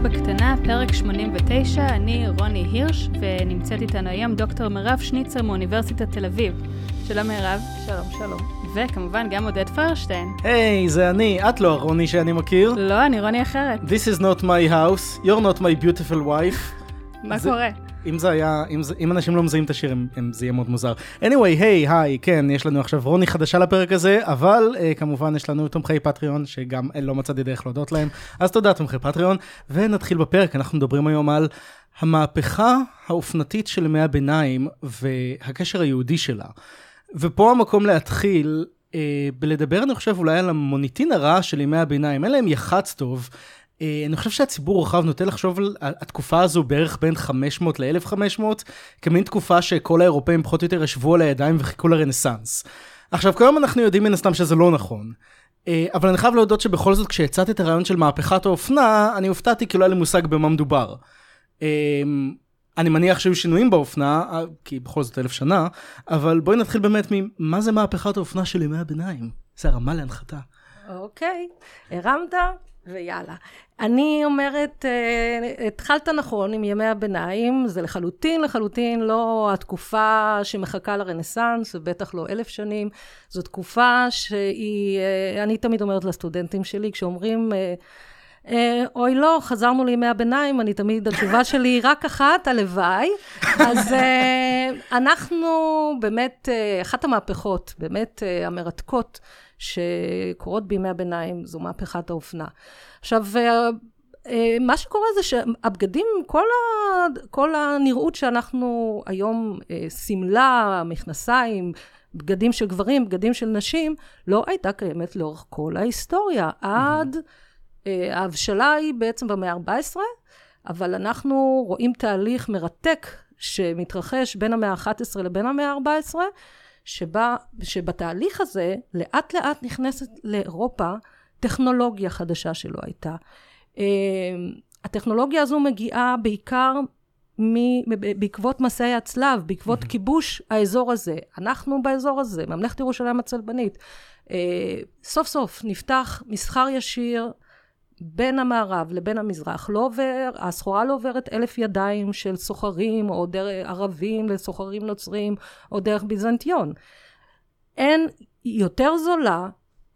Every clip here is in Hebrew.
בקטנה, פרק 89, אני רוני הירש, ונמצאת איתנו היום דוקטור מירב שניצר מאוניברסיטת תל אביב. שלום מירב. שלום, שלום. וכמובן גם עודד פיירשטיין. היי, זה אני. את לא הרוני שאני מכיר. לא, אני רוני אחרת. This is not my house, you're not my beautiful wife. מה קורה? אם אנשים לא מזהים את השיר, זה יהיה מאוד מוזר. anyway, היי, כן, יש לנו עכשיו רוני חדשה לפרק הזה, אבל כמובן יש לנו תומכי פטריון, שגם לא מצאתי דרך להודות להם. אז תודה, תומכי פטריון, ונתחיל בפרק. אנחנו מדברים היום על המהפכה האופנתית של ימי הביניים, והקשר היהודי שלה. ופה המקום להתחיל, בלדבר, אני חושב, אולי על המוניטין הרע של ימי הביניים. אין להם יחץ טוב. אני חושב שהציבור רחב נוטה לחשוב על התקופה הזו בערך בין 500 ל-1500, כמין תקופה שכל האירופאים פחות או יותר ישבו על הידיים וחיכו לרנסנס. עכשיו, כיום אנחנו יודעים מן הסתם שזה לא נכון. אבל אני חייב להודות שבכל זאת, כשהצעתי את הרעיון של מהפכת האופנה, אני הופתעתי כאילו היה לי מושג במה מדובר. אני מניח שהיו שינויים באופנה, כי בכל זאת 1000 שנה, אבל בואי נתחיל באמת ממה זה מהפכת האופנה של ימי הביניים. זה הרמה להנחתה. אוקיי, הרמת ויאללה. אני אומרת, התחלת נכון עם ימי הביניים, זה לחלוטין לא התקופה שמחכה לרנסנס, ובטח לא 1000 שנים, זו תקופה שהיא, אני תמיד אומרת לסטודנטים שלי, כשאומרים, אוי לא, חזרנו לימי הביניים, אני תמיד, התשובה שלי היא רק אחת, הלוואי. אז אנחנו באמת, אחת המהפכות, באמת המרתקות, שקורות בימי הביניים, זו מהפכת האופנה. עכשיו, מה שקורה זה שהבגדים, כל הנראות שאנחנו היום, סמלה, מכנסיים, בגדים של גברים, בגדים של נשים, לא הייתה קיימת לאורך כל ההיסטוריה, עד ההבשלה היא בעצם במאה ה-14, אבל אנחנו רואים תהליך מרתק שמתרחש בין המאה ה-11 לבין המאה ה-14, שבתהליך הזה לאט לאט נכנסת לאירופה טכנולוגיה חדשה שלא הייתה. הטכנולוגיה הזו מגיעה בעיקר בעקבות מסעי הצלב, בעקבות כיבוש האזור הזה. אנחנו באזור הזה, ממלכת ירושלים הצלבנית. סוף סוף נפתח מסחר ישיר בין המערב לבין המזרח. הסחורה לא עוברת 1000 ידיים של סוחרים, או דרך ערבים לסוחרים נוצרים, או דרך ביזנטיון. אין יותר זולה,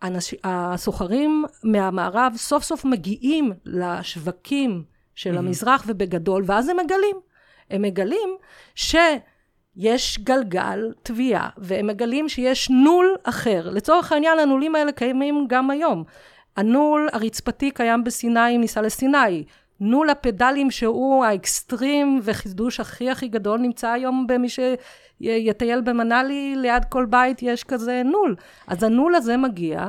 הסוחרים מהמערב סוף סוף מגיעים לשווקים של המזרח ובגדול, ואז הם מגלים שיש גלגל תביעה, והם מגלים שיש נול אחר. לצורך העניין, הנולים האלה קיימים גם היום. הנול הרצפתי קיים בסיני, ניסה לסיני. נול הפדלים שהוא האקסטרים וחידוש הכי גדול נמצא היום במי שיטייל במנלי, ליד כל בית יש כזה נול. אז הנול הזה מגיע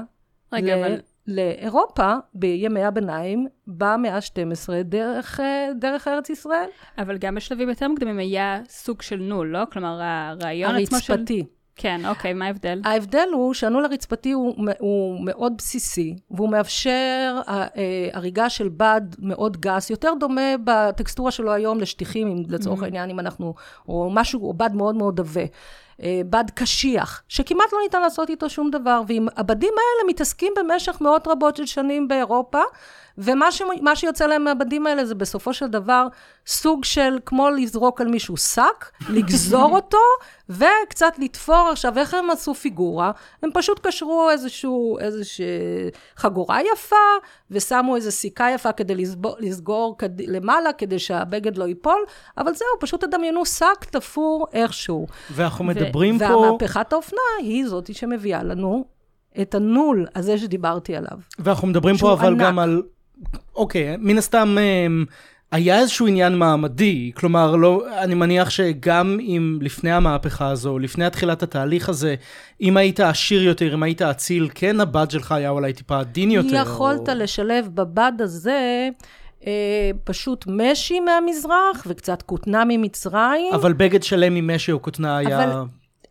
לאירופה בימי הביניים במאה ה-12 דרך ארץ ישראל. אבל גם בשלבים יותר מוקדמים היה סוג של נול, לא? כלומר, הרעיון עצמו של... הרצפתי. כן, אוקיי, מה ההבדל? ההבדל הוא שהנול הרצפתי הוא מאוד בסיסי, והוא מאפשר הריגה של בד מאוד גס, יותר דומה בטקסטורה שלו היום לשטיחים, לצורך העניין, אם אנחנו, או משהו, או בד מאוד מאוד דווה. בד קשיח, שכמעט לא ניתן לעשות איתו שום דבר, והבדים האלה מתעסקים במשך מאות רבות של שנים באירופה, ומה שיוצא להם מהבדים האלה זה בסופו של דבר סוג של כמו לזרוק על מישהו שק, לגזור אותו, וקצת לתפור. עכשיו, איך הם עשו פיגורה? הם פשוט קשרו איזושהי חגורה יפה, ושמו איזו סיכה יפה כדי לסגור למעלה, כדי שהבגד לא ייפול, אבל זהו, פשוט הדמיינו שק תפור איכשהו. ואנחנו מדברים פה... והמהפכת האופנה היא זאת שמביאה לנו את הנול הזה שדיברתי עליו. ואנחנו מדברים פה אבל גם על... אוקיי, מן הסתם היה איזשהו עניין מעמדי, כלומר, לא, אני מניח שגם אם לפני המהפכה הזו, לפני התחילת התהליך הזה, אם היית עשיר יותר, אם היית אציל, כן הבד שלך היה אולי טיפה עדין יותר. יכולת לשלב בבד הזה פשוט משי מהמזרח, וקצת כותנה ממצרים. אבל בגד שלם ממשי או כותנה היה...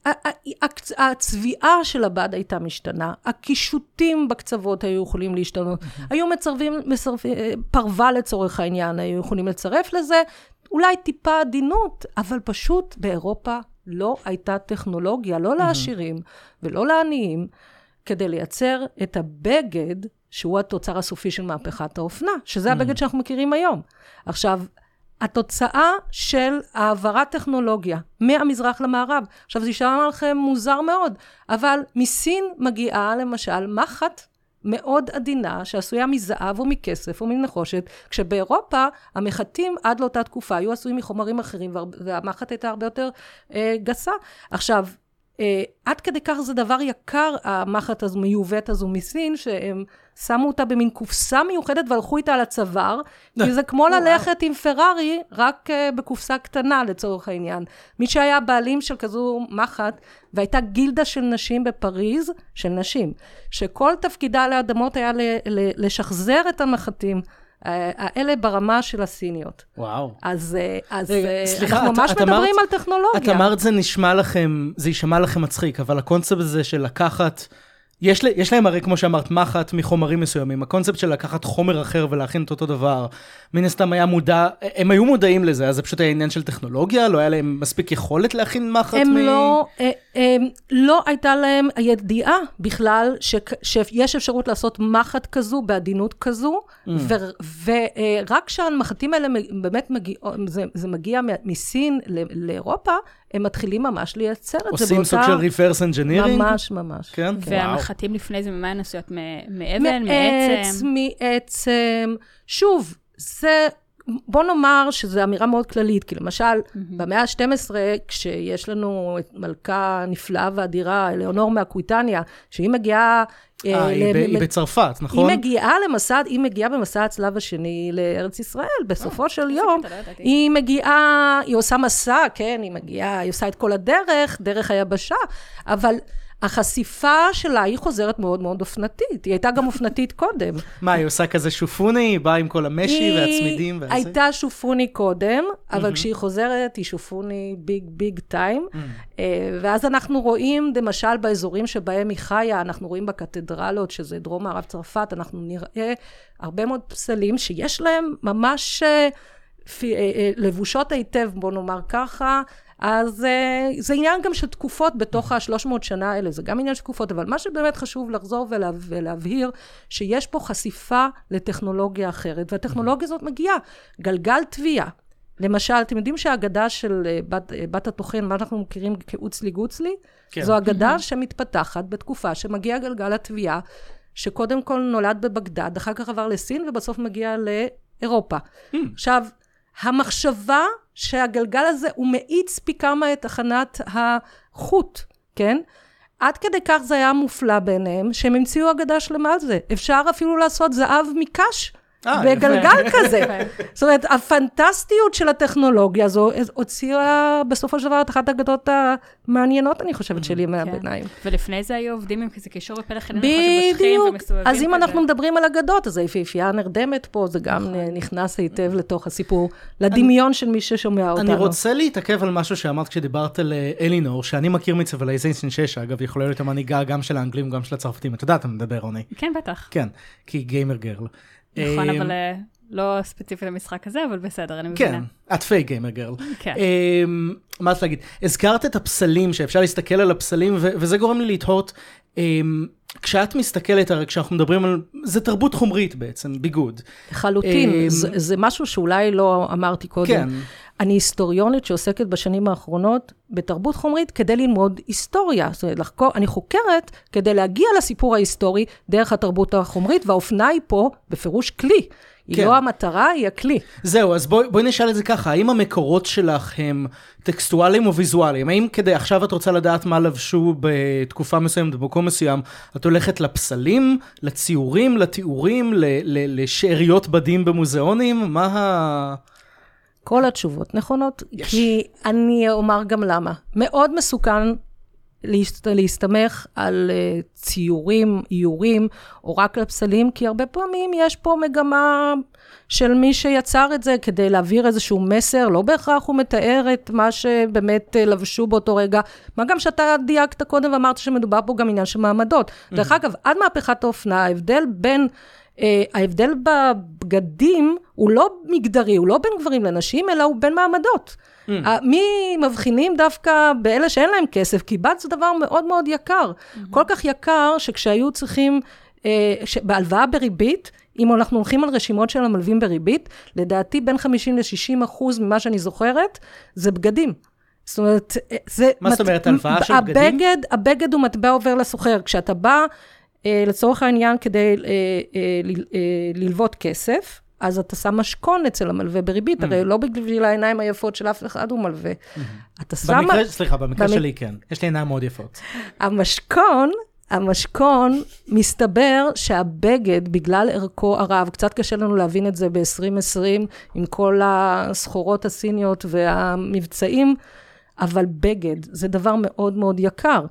הצביעה של הבד הייתה משתנה, הקישוטים בקצוות היו יכולים להשתנות, היו מצרפים, פרווה לצורך העניין, היו יכולים לצרף לזה, אולי טיפה עדינות, אבל פשוט באירופה לא הייתה טכנולוגיה, לא לעשירים ולא לעניים, כדי לייצר את הבגד, שהוא התוצר הסופי של מהפכת האופנה, שזה הבגד שאנחנו מכירים היום. עכשיו, התוצאה של העברת טכנולוגיה מהמזרח למערב, עכשיו זה יישמע לכם מוזר מאוד, אבל מסין מגיעה למשל מחט מאוד עדינה, שעשויה מזהב או מכסף או מנחושת, כשבאירופה המחטים עד לאותה תקופה היו עשויים מחומרים אחרים, והמחט הייתה הרבה יותר גסה. עכשיו, עד כדי כך זה דבר יקר, המחט הזו מיובאת הזו מסין, שהם שמו אותה במין קופסה מיוחדת והלכו איתה על הצוואר, כי זה כמו ללכת עם פרארי, רק בקופסה קטנה לצורך העניין. מי שהיה בעלים של כזו מחט, והייתה גילדה של נשים בפריז, של נשים, שכל תפקידה לאדמות היה לשחזר את המחטים, האלה ברמה של הסיניות. וואו. אז אנחנו ממש מדברים על טכנולוגיה. את אמרת זה יישמע לכם מצחיק, אבל הקונספט הזה של לקחת, יש להם הרי כמו שאמרת מחט מחומרים מסוימים, הקונספט של לקחת חומר אחר ולהכין את אותו דבר, מן הסתם הם היו מודעים לזה, אז זה פשוט היה עניין של טכנולוגיה, לא היה להם מספיק יכולת להכין מחט לא הייתה להם הידיעה בכלל שיש אפשרות לעשות מחט כזו, בעדינות כזו, ורק כשהמחטים האלה באמת זה מגיע מסין לאירופה, הם מתחילים ממש לייצר את זה. עושים סוג של ריברס אנג'ינירינג? ממש, ממש. כן? והמחטים לפני זה ממה נעשויות מאבן, מעצם? מעצם. שוב, זה, בוא נאמר שזו אמירה מאוד כללית, כי למשל, במאה ה-12, כשיש לנו את מלכה נפלאה ואדירה, אלאונור מאקוויטניה, שהיא מגיעה... היא בצרפת, נכון? היא מגיעה במסע הצלב השני לארץ ישראל, בסופו של יום, היא מגיעה, היא עושה מסע, כן, היא עושה את כל הדרך, דרך היבשה, אבל החשיפה שלה היא חוזרת מאוד מאוד אופנתית, היא הייתה גם אופנתית קודם. מה, היא עושה כזה שופוני, היא באה עם כל המשי והצמידים? היא הייתה שופוני קודם, אבל כשהיא חוזרת היא שופוני ביג טיים, ואז אנחנו רואים, למשל באזורים שבהם היא חיה, אנחנו רואים בקתדרלות, שזה דרום מערב צרפת, אנחנו נראה הרבה מאוד פסלים שיש להם ממש לבושות היטב, בוא נאמר ככה, אז זה עניין גם של תקופות בתוך ה-300 שנה האלה, זה גם עניין של תקופות, אבל מה שבאמת חשוב לחזור ולהבהיר, שיש פה חשיפה לטכנולוגיה אחרת, והטכנולוגיה הזאת מגיעה, גלגל תביעה. למשל, אתם יודעים שהאגדה של בת התוכן, מה אנחנו מכירים כאוצלי גוצלי, כן. זו אגדה שמתפתחת בתקופה שמגיע גלגל התביעה, שקודם כל נולד בבגדד, אחר כך עבר לסין, ובסוף מגיע לאירופה. עכשיו, המחשבה שהגלגל הזה הוא מאיץ פי כמה את הכנת החוט, כן? עד כדי כך זה היה מופלא ביניהם, שהם המציאו אגדה שלמה על זה. אפשר אפילו לעשות זהב מקש בגלגל כזה. זאת אומרת, הפנטסטיות של הטכנולוגיה הזו הוציאה בסופו של דבר את אחת האגדות המעניינות, אני חושבת, של ימי הביניים. ולפני זה היו עובדים עם כזה קישור בפלח עיניים בדיוק. אז אם אנחנו מדברים על אגדות, אז היפיפייה נרדמת פה, זה גם נכנס היטב לתוך הסיפור, לדמיון של מי ששומע אותנו. אני רוצה להתעכב על משהו שאמרת כשדיברת על אלינור, שאני מכיר מציוויליזיישן 6, אגב, יכולה להיות המנהיגה גם של האנגלים, גם של הצרפתים. אתה יודע, אתה מדבר, רוני. כן, בטח. כן, כי היא גיימר גרל. נכון, אבל לא ספציפית למשחק הזה, אבל בסדר, אני מבינה. כן, את פיי גיימר גרל. כן. מה צריך להגיד? הזכרת את הפסלים, שאפשר להסתכל על הפסלים, וזה גורם לי להתהות, כשאת מסתכלת, הרי כשאנחנו מדברים על, זה תרבות חומרית בעצם, ביגוד. לחלוטין, זה משהו שאולי לא אמרתי קודם. כן. אני היסטוריונית שעוסקת בשנים האחרונות בתרבות חומרית כדי ללמוד היסטוריה. זאת אומרת, אני חוקרת כדי להגיע לסיפור ההיסטורי דרך התרבות החומרית, והאופנה היא פה בפירוש כלי. היא לא המטרה, היא הכלי. זהו, אז בואי נשאל את זה ככה, האם המקורות שלך הם טקסטואליים או ויזואליים? האם כדי עכשיו את רוצה לדעת מה לבשו בתקופה מסוימת, במקום מסוים, את הולכת לפסלים, לציורים, לתיאורים, לשאריות בדים במוזיאונים? מה כל התשובות נכונות, כי אני אומר גם למה. מאוד מסוכן להסתמך על ציורים, איורים, או רק לפסלים, כי הרבה פעמים יש פה מגמה של מי שיצר את זה, כדי להעביר איזשהו מסר, לא בהכרח הוא מתאר את מה שבאמת לבשו באותו רגע, מה גם שאתה דייקת קודם ואמרת שמדובר פה גם עניין של מעמדות. דרך אגב, עד מהפכת האופנה, ההבדל בין ההבדל בבגדים הוא לא מגדרי, הוא לא בין גברים לנשים, אלא הוא בין מעמדות. מי מבחינים דווקא באלה שאין להם כסף, כי בת זה דבר מאוד מאוד יקר. כל כך יקר שכשהיו צריכים, בהלוואה בריבית, אם אנחנו הולכים על רשימות של המלווים בריבית, לדעתי בין 50-60% ממה שאני זוכרת, זה בגדים. זאת אומרת, מה זאת אומרת, הלוואה של בגדים? הבגד הוא מטבע עובר לסוחר. כשאתה בא, לצורך העניין, כדי ללוות כסף, אז אתה שם משכון אצל המלווה בריבית, הרי לא בשביל העיניים היפות של אף אחד הוא מלווה. במקרה שלי כן, יש לי עיניים מאוד יפות. המשכון מסתבר שהבגד, בגלל ערכו הרב, קצת קשה לנו להבין את זה ב-2020, עם כל הסחורות הסיניות והמבצעים, אבל בגד זה דבר מאוד מאוד יקר.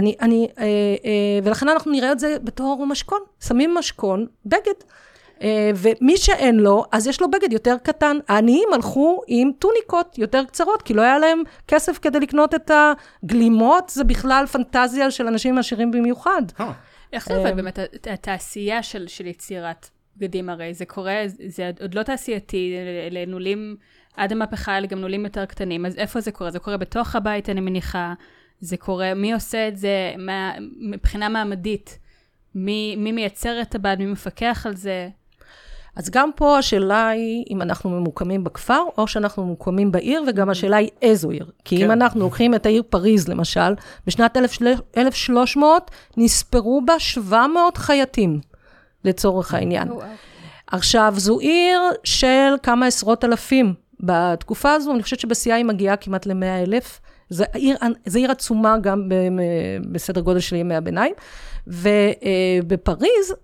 ולכן אנחנו נראה את זה בתור משכון. שמים משכון, בגד. ומי שאין לו, אז יש לו בגד יותר קטן. העניים הלכו עם טוניקות יותר קצרות, כי לא היה להם כסף כדי לקנות את הגלימות, זה בכלל פנטזיה של אנשים עשירים במיוחד. איך זה עובד באמת, התעשייה של יצירת בגדים הרי, זה קורה, זה עוד לא תעשייתי, לנולים, עד המהפכה האלה גם נולים יותר קטנים, אז איפה זה קורה? זה קורה בתוך הבית, אני מניחה, זה קורה, מי עושה את זה מבחינה מעמדית? מי מייצר את הבד, מי מפקח על זה? אז גם פה השאלה היא אם אנחנו ממוקמים בכפר, או שאנחנו ממוקמים בעיר, וגם השאלה היא איזו עיר. כי אם אנחנו לוקחים את העיר פריז, למשל, בשנת 1300 נספרו בה 700 חייטים, לצורך העניין. עכשיו, זו עיר של כמה עשרות אלפים. בתקופה הזו, אני חושבת שבשיאה היא מגיעה כמעט ל100,000. זו עיר עצומה גם בסדר גודל של ימי הביניים. ובפריז,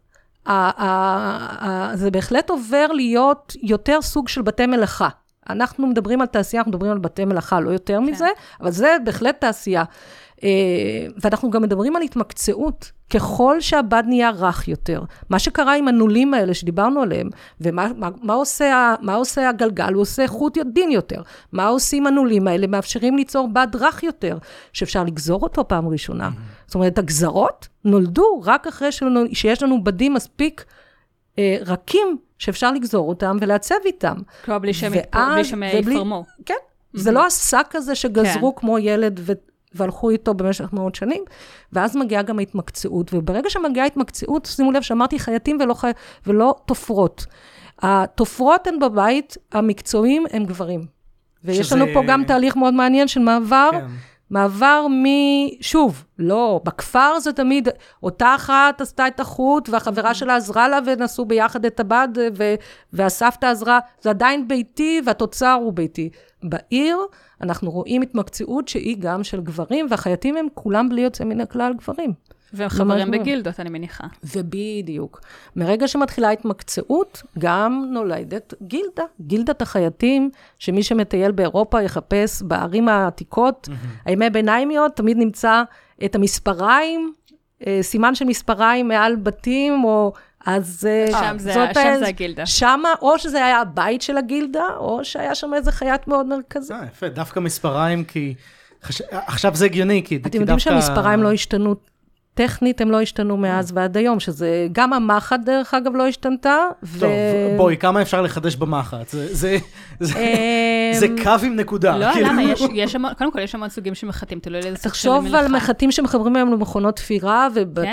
זה בהחלט עובר להיות יותר סוג של בתי מלאכה. אנחנו מדברים על תעשייה, אנחנו מדברים על בתי מלאכה, לא יותר מזה, אבל זה בהחלט תעשייה. ואנחנו גם מדברים על התמקצעות, ככל שהבד נהיה רך יותר. מה שקרה עם הנולים האלה שדיברנו עליהם, ומה עושה הגלגל? הוא עושה חוט דין יותר. מה עושים הנולים האלה? מאפשרים ליצור בד רך יותר, שאפשר לגזור אותו פעם ראשונה. זאת אומרת, הגזרות נולדו רק אחרי שיש לנו בדים מספיק רכים, שאפשר לגזור אותם ולעצב איתם. כבר בלי שהם יפרמו. כן, זה לא השק הזה שגזרו כמו ילד והלכו איתו במשך מאות שנים, ואז מגיעה גם ההתמקצעות, וברגע שמגיעה ההתמקצעות, שימו לב שאמרתי חייטים ולא תופרות. התופרות הן בבית, המקצועיים הם גברים. ויש לנו פה גם תהליך מאוד מעניין של מעבר שוב, לא, בכפר זה תמיד, אותה אחת עשתה את החוט, והחברה שלה עזרה לה, ונסו ביחד את הבד, והסבתא עזרה, זה עדיין ביתי, והתוצר הוא ביתי. בעיר, אנחנו רואים התמקצעות שהיא גם של גברים, והחייטים הם כולם בלי יוצא מן הכלל גברים. והם חברים בגילדות, אני מניחה. ובדיוק. מרגע שמתחילה התמקצעות, גם נולדת גילדת החייטים, שמי שמטייל באירופה יחפש בערים העתיקות, הימי ביניימיות, תמיד נמצא את המספריים, סימן של מספריים מעל בתים, או אז שם זה הגילדה. שמה, או שזה היה הבית של הגילדה, או שהיה שם איזה חיית מאוד מרכזי. יפה, דווקא מספריים, כי עכשיו זה הגיוני, כי אתם יודעים שהמספריים לא השתנו, טכנית הם לא השתנו מאז ועד היום, שזה גם המחט דרך אגב לא השתנתה. טוב, בואי, כמה אפשר לחדש במחט? זה קו עם נקודה. לא, למה? קודם כל יש המון סוגים של מחטים, תלוי לאיזה סוג של מלאכה. תחשוב על מחטים שמחברים היום למכונות תפירה,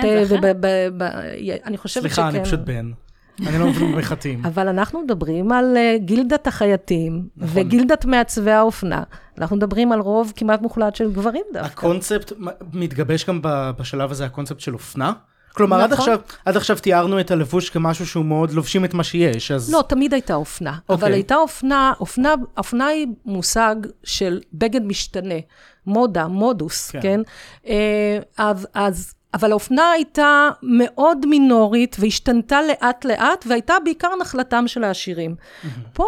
אני חושבת שכן. סליחה, אני פשוט בן. אני לא מבין במחטים. אבל אנחנו מדברים על גילדת החייטים, וגילדת מעצבי האופנה. אנחנו מדברים על רוב כמעט מוחלט של גברים דווקא. הקונספט מתגבש גם בשלב הזה, הקונספט של אופנה? כלומר, עד עכשיו תיארנו את הלבוש כמשהו שהוא מאוד לובשים את מה שיש, אז... לא, תמיד הייתה אופנה. אבל הייתה אופנה היא מושג של בגד משתנה, מודה, מודוס, כן? אבל האופנה הייתה מאוד מינורית, והשתנתה לאט לאט, והייתה בעיקר נחלתם של העשירים. פה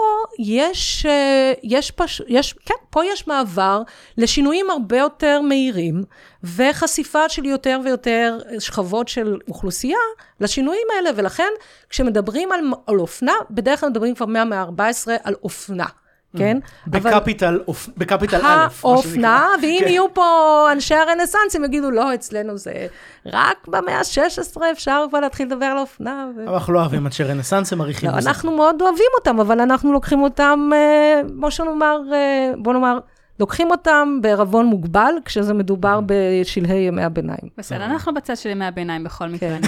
פה יש מעבר לשינויים הרבה יותר מהירים, וחשיפה של יותר ויותר שכבות של אוכלוסייה לשינויים האלה, ולכן כשמדברים על אופנה, בדרך כלל מדברים כבר מהמאה ה-14 על אופנה. כן? בקפיטל א'. האופנה, ואם יהיו פה אנשי הרנסנס, הם יגידו, לא, אצלנו זה רק במאה ה-16 אפשר כבר להתחיל לדבר על אופנה. אבל אנחנו לא אוהבים אנשי רנסנס, הם עריכים בזה. אנחנו מאוד אוהבים אותם, אבל אנחנו לוקחים אותם, בוא נאמר, לוקחים אותם בערבון מוגבל, כשזה מדובר בשלהי ימי הביניים. בסדר, אנחנו בצד של ימי הביניים בכל מקרה.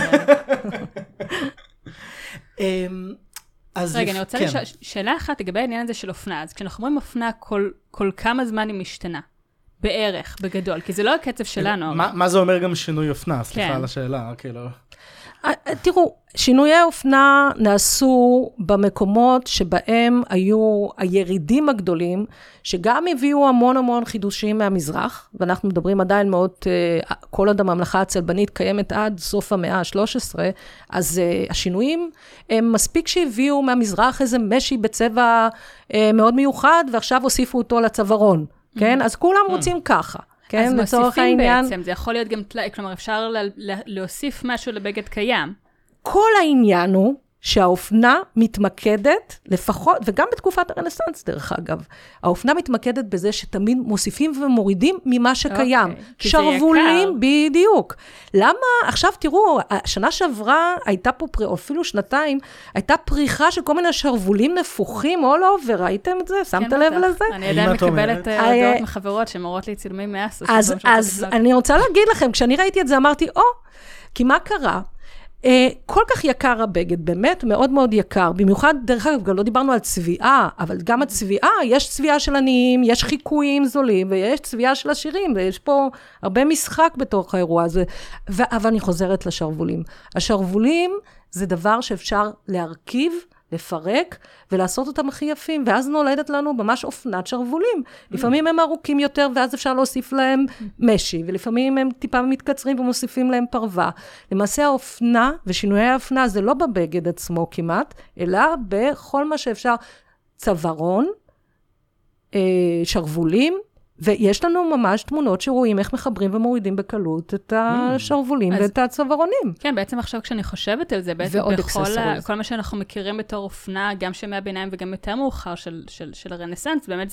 רגע, אני רוצה לשאול, שאלה אחת לגבי העניין הזה של אופנה, אז כשאנחנו אומרים אופנה, כל כמה זמן היא משתנה? בערך, בגדול, כי זה לא הקצב שלנו. מה זה אומר גם שינוי אופנה? סליחה על השאלה, כאילו. תראו, שינויי אופנה נעשו במקומות שבהם היו הירידים הגדולים, שגם הביאו המון חידושים מהמזרח, ואנחנו מדברים עדיין מאוד, כל עוד הממלכה הצלבנית קיימת עד סוף המאה ה-13, אז השינויים הם מספיק שהביאו מהמזרח איזה משי בצבע מאוד מיוחד, ועכשיו הוסיפו אותו לצווארון, כן? אז כולם רוצים ככה. כן, אז מוסיפים בעצם, זה יכול להיות גם תלאי, כלומר אפשר להוסיף משהו לבגד קיים. כל העניין הוא שהאופנה מתמקדת, לפחות, וגם בתקופת הרנסנס דרך אגב, האופנה מתמקדת בזה שתמיד מוסיפים ומורידים ממה שקיים. שרבולים, בדיוק. למה? עכשיו תראו, השנה שעברה הייתה פה, או אפילו שנתיים, הייתה פריחה של כל מיני שרבולים נפוחים, all over, ראיתם את זה? שמת לב לזה? אני עדיין מקבלת הודעות מחברות שמורות לי צילומי מאסוס. אז אני רוצה להגיד לכם, כשאני ראיתי את זה אמרתי, כי מה קרה? כל כך יקר הבגד, באמת מאוד מאוד יקר, במיוחד דרך אגב, גם לא דיברנו על צביעה, אבל גם הצביעה, יש צביעה של עניים, יש חיקויים זולים, ויש צביעה של עשירים, ויש פה הרבה משחק בתוך האירוע הזה, אבל אני חוזרת לשרבולים. השרבולים זה דבר שאפשר להרכיב, לפרק, ולעשות אותם הכי יפים, ואז נולדת לנו ממש אופנת שרבולים. לפעמים הם ארוכים יותר, ואז אפשר להוסיף להם משי, ולפעמים הם טיפה מתקצרים, ומוסיפים להם פרווה. למעשה האופנה, ושינויי האופנה, זה לא בבגד עצמו כמעט, אלא בכל מה שאפשר, צווארון, שרבולים, ויש לנו ממש תמונות שרואים איך מחברים ומורידים בקלות את השרבולים ואת הצווארונים. כן, בעצם עכשיו כשאני חושבת על זה, בעצם בכל מה שאנחנו מכירים בתור אופנה, גם שמי הביניים וגם יותר מאוחר של הרנסנס, באמת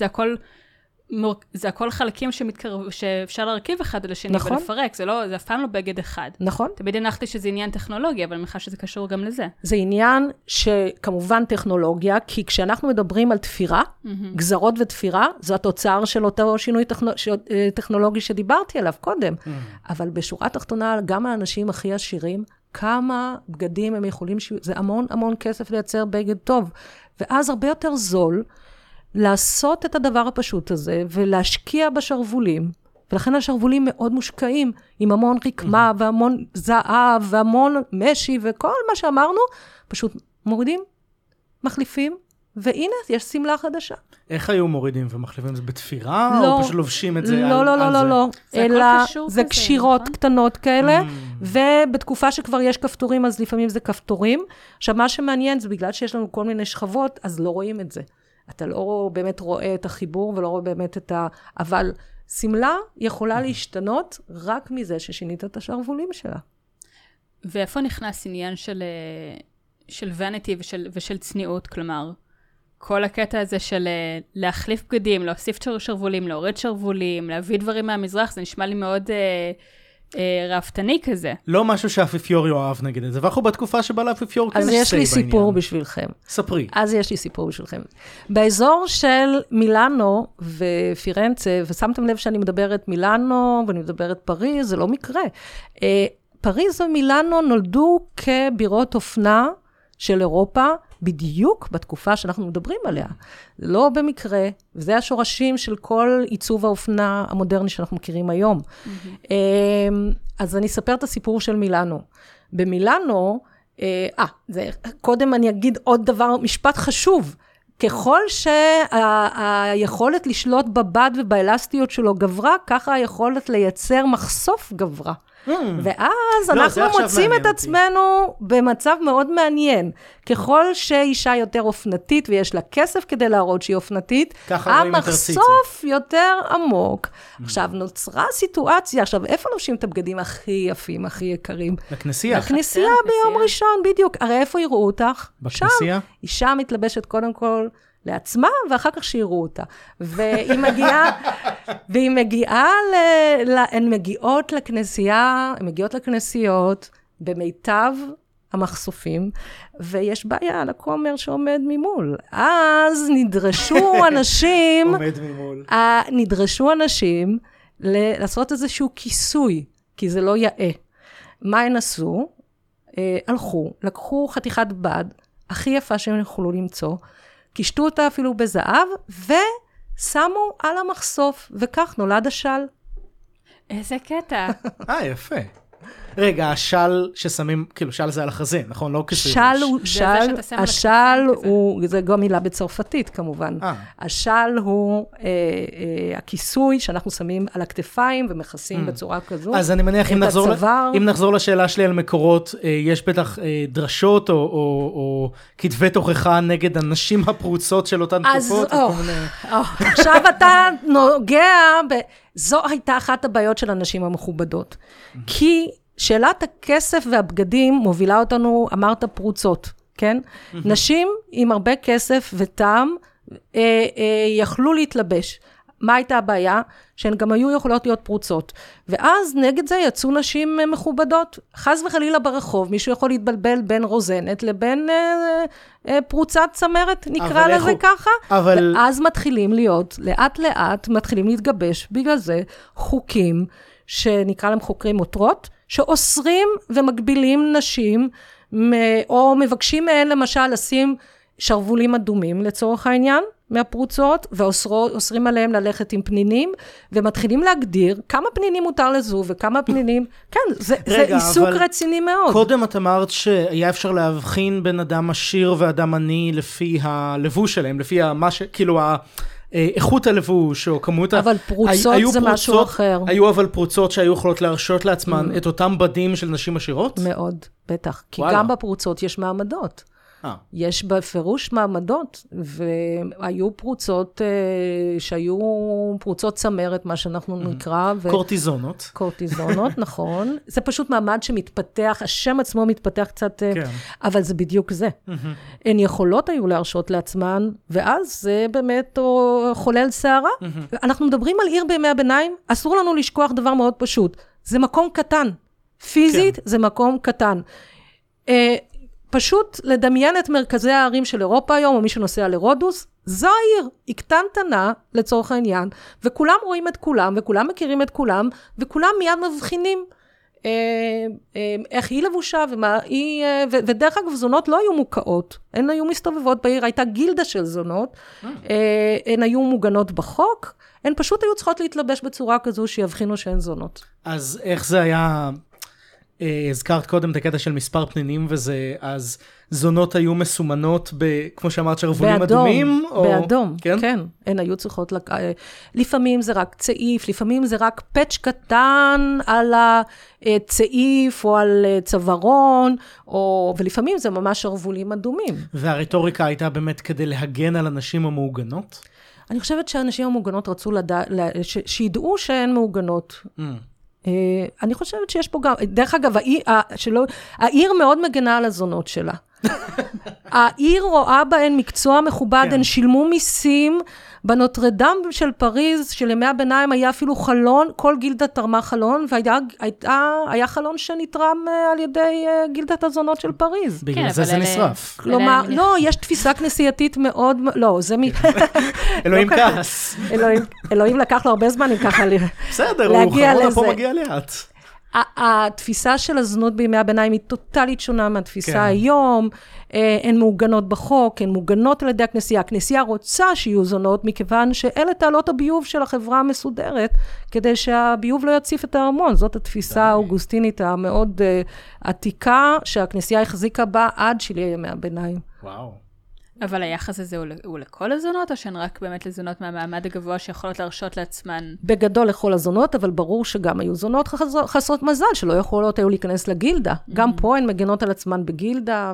זה הכל חלקים שאפשר להרכיב אחד על השני ולפרק, זה אף פעם לא בגד אחד. נכון. תמיד הנחתי שזה עניין טכנולוגיה, אבל אני מניחה שזה קשור גם לזה. זה עניין שכמובן טכנולוגיה, כי כשאנחנו מדברים על תפירה, גזרות ותפירה, זו התוצר של אותו שינוי טכנולוגי שדיברתי עליו קודם. אבל בשורה התחתונה, גם האנשים הכי עשירים, כמה בגדים הם יכולים, זה המון כסף לייצר בגד טוב. ואז הרבה יותר זול, לעשות את הדבר הפשוט הזה, ולהשקיע בשרבולים, ולכן השרבולים מאוד מושקעים, עם המון רקמה, והמון זהב, והמון משי, וכל מה שאמרנו, פשוט מורידים, מחליפים, והנה, יש סמלה חדשה. איך היו מורידים ומחליפים? זה בתפירה, או פשוט לובשים את זה על זה? לא, אלא זה קשירות קטנות כאלה, ובתקופה שכבר יש כפתורים, אז לפעמים זה כפתורים. עכשיו, מה שמעניין זה בגלל שיש לנו כל מיני שכבות, אז לא רואים את זה. אתה לא באמת רואה את החיבור, ולא רואה באמת אבל סמלה יכולה להשתנות רק מזה ששינית את השרבולים שלה. ואיפה נכנס עניין של וניטי ושל צניעות? כלומר, כל הקטע הזה של להחליף בגדים, להוסיף שרבולים, להוריד שרבולים, להביא דברים מהמזרח, זה נשמע לי מאוד רעפתני כזה. לא משהו שהאפיפיור יאהב נגיד את זה, ואנחנו בתקופה שבה לאפיפיור כן אז יש לי סיפור בשבילכם. ספרי. אז יש לי סיפור בשבילכם. באזור של מילאנו ופירנצה, ושמתם לב שאני מדברת מילאנו, ואני מדברת פריז, זה לא מקרה. פריז ומילאנו נולדו כבירות אופנה של אירופה, בדיוק בתקופה שאנחנו מדברים עליה. לא במקרה, וזה השורשים של כל עיצוב האופנה המודרני שאנחנו מכירים היום. אז אני אספר את הסיפור של מילאנו. במילאנו, קודם אני אגיד עוד דבר, משפט חשוב. ככל שהיכולת לשלוט בבד ובאלסטיות שלו גברה, ככה היכולת לייצר מחשוף גברה. ואז אנחנו מוצאים את עצמנו במצב מאוד מעניין. ככל שאישה יותר אופנתית, ויש לה כסף כדי להראות שהיא אופנתית, המחשוף יותר עמוק. עכשיו, נוצרה סיטואציה, עכשיו, איפה לובשים את הבגדים הכי יפים, הכי יקרים? בכנסייה. בכנסייה ביום ראשון, בדיוק. הרי איפה יראו אותך? בכנסייה? אישה מתלבשת קודם כל לעצמה, ואחר כך שיראו אותה. והיא מגיעה, הן מגיעות לכנסייה, הן מגיעות לכנסיות, במיטב המחשופים, ויש בעיה על הכומר שעומד ממול. אז נדרשו אנשים לעשות איזשהו כיסוי, כי זה לא יאה. מה הן עשו? הלכו, לקחו חתיכת בד, הכי יפה שהם יכולו למצוא, קישטו אותה אפילו בזהב, ושמו על המחשוף, וכך נולד השל. איזה קטע. יפה. רגע, השל ששמים, כאילו של זה על החזה, נכון? לא כיסוי. השל הוא, זה גם מילה בצרפתית כמובן. השל הוא הכיסוי שאנחנו שמים על הכתפיים ומכסים בצורה כזו. אז אני מניח, אם נחזור לשאלה שלי על מקורות, יש בטח דרשות או כתבי תוכחה נגד הנשים הפרוצות של אותן תקופות? עכשיו אתה נוגע, זו הייתה אחת הבעיות של הנשים המכובדות. כי שאלת הכסף והבגדים מובילה אותנו, אמרת פרוצות, כן? נשים עם הרבה כסף וטעם יכלו להתלבש. מה הייתה הבעיה? שהן גם היו יכולות להיות פרוצות. ואז נגד זה יצאו נשים מכובדות. חס וחלילה ברחוב, מישהו יכול להתבלבל בין רוזנת לבין פרוצת צמרת, נקרא לזה ככה. ואז מתחילים להיות, לאט לאט מתחילים להתגבש, בגלל זה חוקים שנקרא להם חוקרי מותרות, שאוסרים ומגבילים נשים, או מבקשים מהן למשל לשים שרבולים אדומים לצורך העניין, מהפרוצות, ואוסרים עליהם ללכת עם פנינים, ומתחילים להגדיר כמה פנינים מותר לזו, וכמה פנינים, כן, זה עיסוק רציני מאוד. קודם את אמרת שהיה אפשר להבחין בין אדם עשיר ואדם עני, לפי הלבוש שלהם, לפי כאילו איכות הלבוש, או כמות אבל פרוצות זה משהו אחר. היו אבל פרוצות שהיו יכולות להרשות לעצמן את אותם בדים של נשים עשירות? מאוד, בטח. כי גם בפרוצות יש מעמדות. יש בפירוש מעמדות, והיו פרוצות שהיו פרוצות צמרת, מה שאנחנו נקרא. קורטיזונות. קורטיזונות, נכון. זה פשוט מעמד שמתפתח, השם עצמו מתפתח קצת, אבל זה בדיוק זה. הן יכולות היו להרשות לעצמן, ואז זה באמת חולל שערה. אנחנו מדברים על עיר בימי הביניים, אסור לנו לשכוח דבר מאוד פשוט. זה מקום קטן. פיזית זה מקום קטן. פשוט לדמיין את מרכזי הערים של אירופה היום, או מי שנוסע לרודוס, זו העיר, היא קטנטנה לצורך העניין, וכולם רואים את כולם, וכולם מכירים את כולם, וכולם מיד מבחינים איך היא לבושה, ומה היא, ודרך אגב, זונות לא היו מוקעות, הן היו מסתובבות בעיר, הייתה גילדה של זונות, הן היו מוגנות בחוק, הן פשוט היו צריכות להתלבש בצורה כזו, שיבחינו שהן זונות. אז איך זה היה... הזכרת קודם את הקטע של מספר פנינים וזה, אז זונות היו מסומנות כמו שאמרת, שרבולים אדומים? באדום, כן. הן היו צריכות, לפעמים זה רק צעיף, לפעמים זה רק פאץ' קטן על הצעיף או על צווארון, ולפעמים זה ממש שרבולים אדומים. והרטוריקה הייתה באמת כדי להגן על הנשים המעוגנות? אני חושבת שהנשים המעוגנות רצו שידעו שהן מעוגנות. אני חושבת שיש פה גם, דרך אגב, העיר מאוד מגנה על הזונות שלה. העיר רואה בהן מקצוע מכובד, הן שילמו מיסים, בנוטרדם של פריז, של ימי הביניים, היה אפילו חלון, כל גילדה תרמה חלון, והיה חלון שנתרם על ידי גילדת הזונות של פריז. בגלל זה נשרף. כלומר, לא, יש תפיסה כנסייתית מאוד, לא, זה אלוהים כעס. אלוהים לקח לו הרבה זמן, אם ככה בסדר, הוא חמור פה מגיע לאט. התפיסה של הזנות בימי הביניים היא טוטלית שונה מהתפיסה היום, הן מעוגנות בחוק, הן מעוגנות על ידי הכנסייה. הכנסייה רוצה שיהיו זונות, מכיוון שאלה תעלות הביוב של החברה המסודרת, כדי שהביוב לא יציף את הארמון. זאת התפיסה האוגוסטינית המאוד עתיקה, שהכנסייה החזיקה בה עד שלהי ימי הביניים. וואו. אבל היחס הזה הוא לכל הזונות, או שהן רק באמת לזונות מהמעמד הגבוה שיכולות להרשות לעצמן? בגדול לכל הזונות, אבל ברור שגם היו זונות חסרות מזל, שלא יכולות היו להיכנס לגילדה. גם פה הן מגנות על עצמן בגילדה,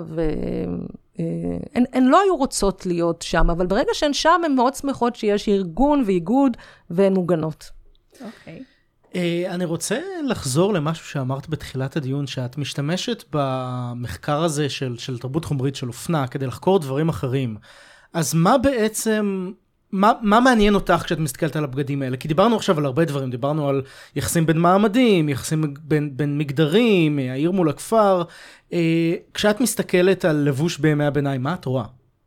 והן לא היו רוצות להיות שם, אבל ברגע שהן שם, הן מאוד שמחות שיש ארגון ואיגוד, והן מוגנות. אוקיי. אני רוצה לחזור למשהו שאמרת בתחילת הדיון, שאת משתמשת במחקר הזה של תרבות חומרית של אופנה, כדי לחקור דברים אחרים. אז מה בעצם, מה מעניין אותך כשאת מסתכלת על הבגדים האלה? כי דיברנו עכשיו על הרבה דברים, דיברנו על יחסים בין מעמדים, יחסים בין מגדרים, העיר מול הכפר. כשאת מסתכלת על לבוש בימי הביניים, מה את רואה?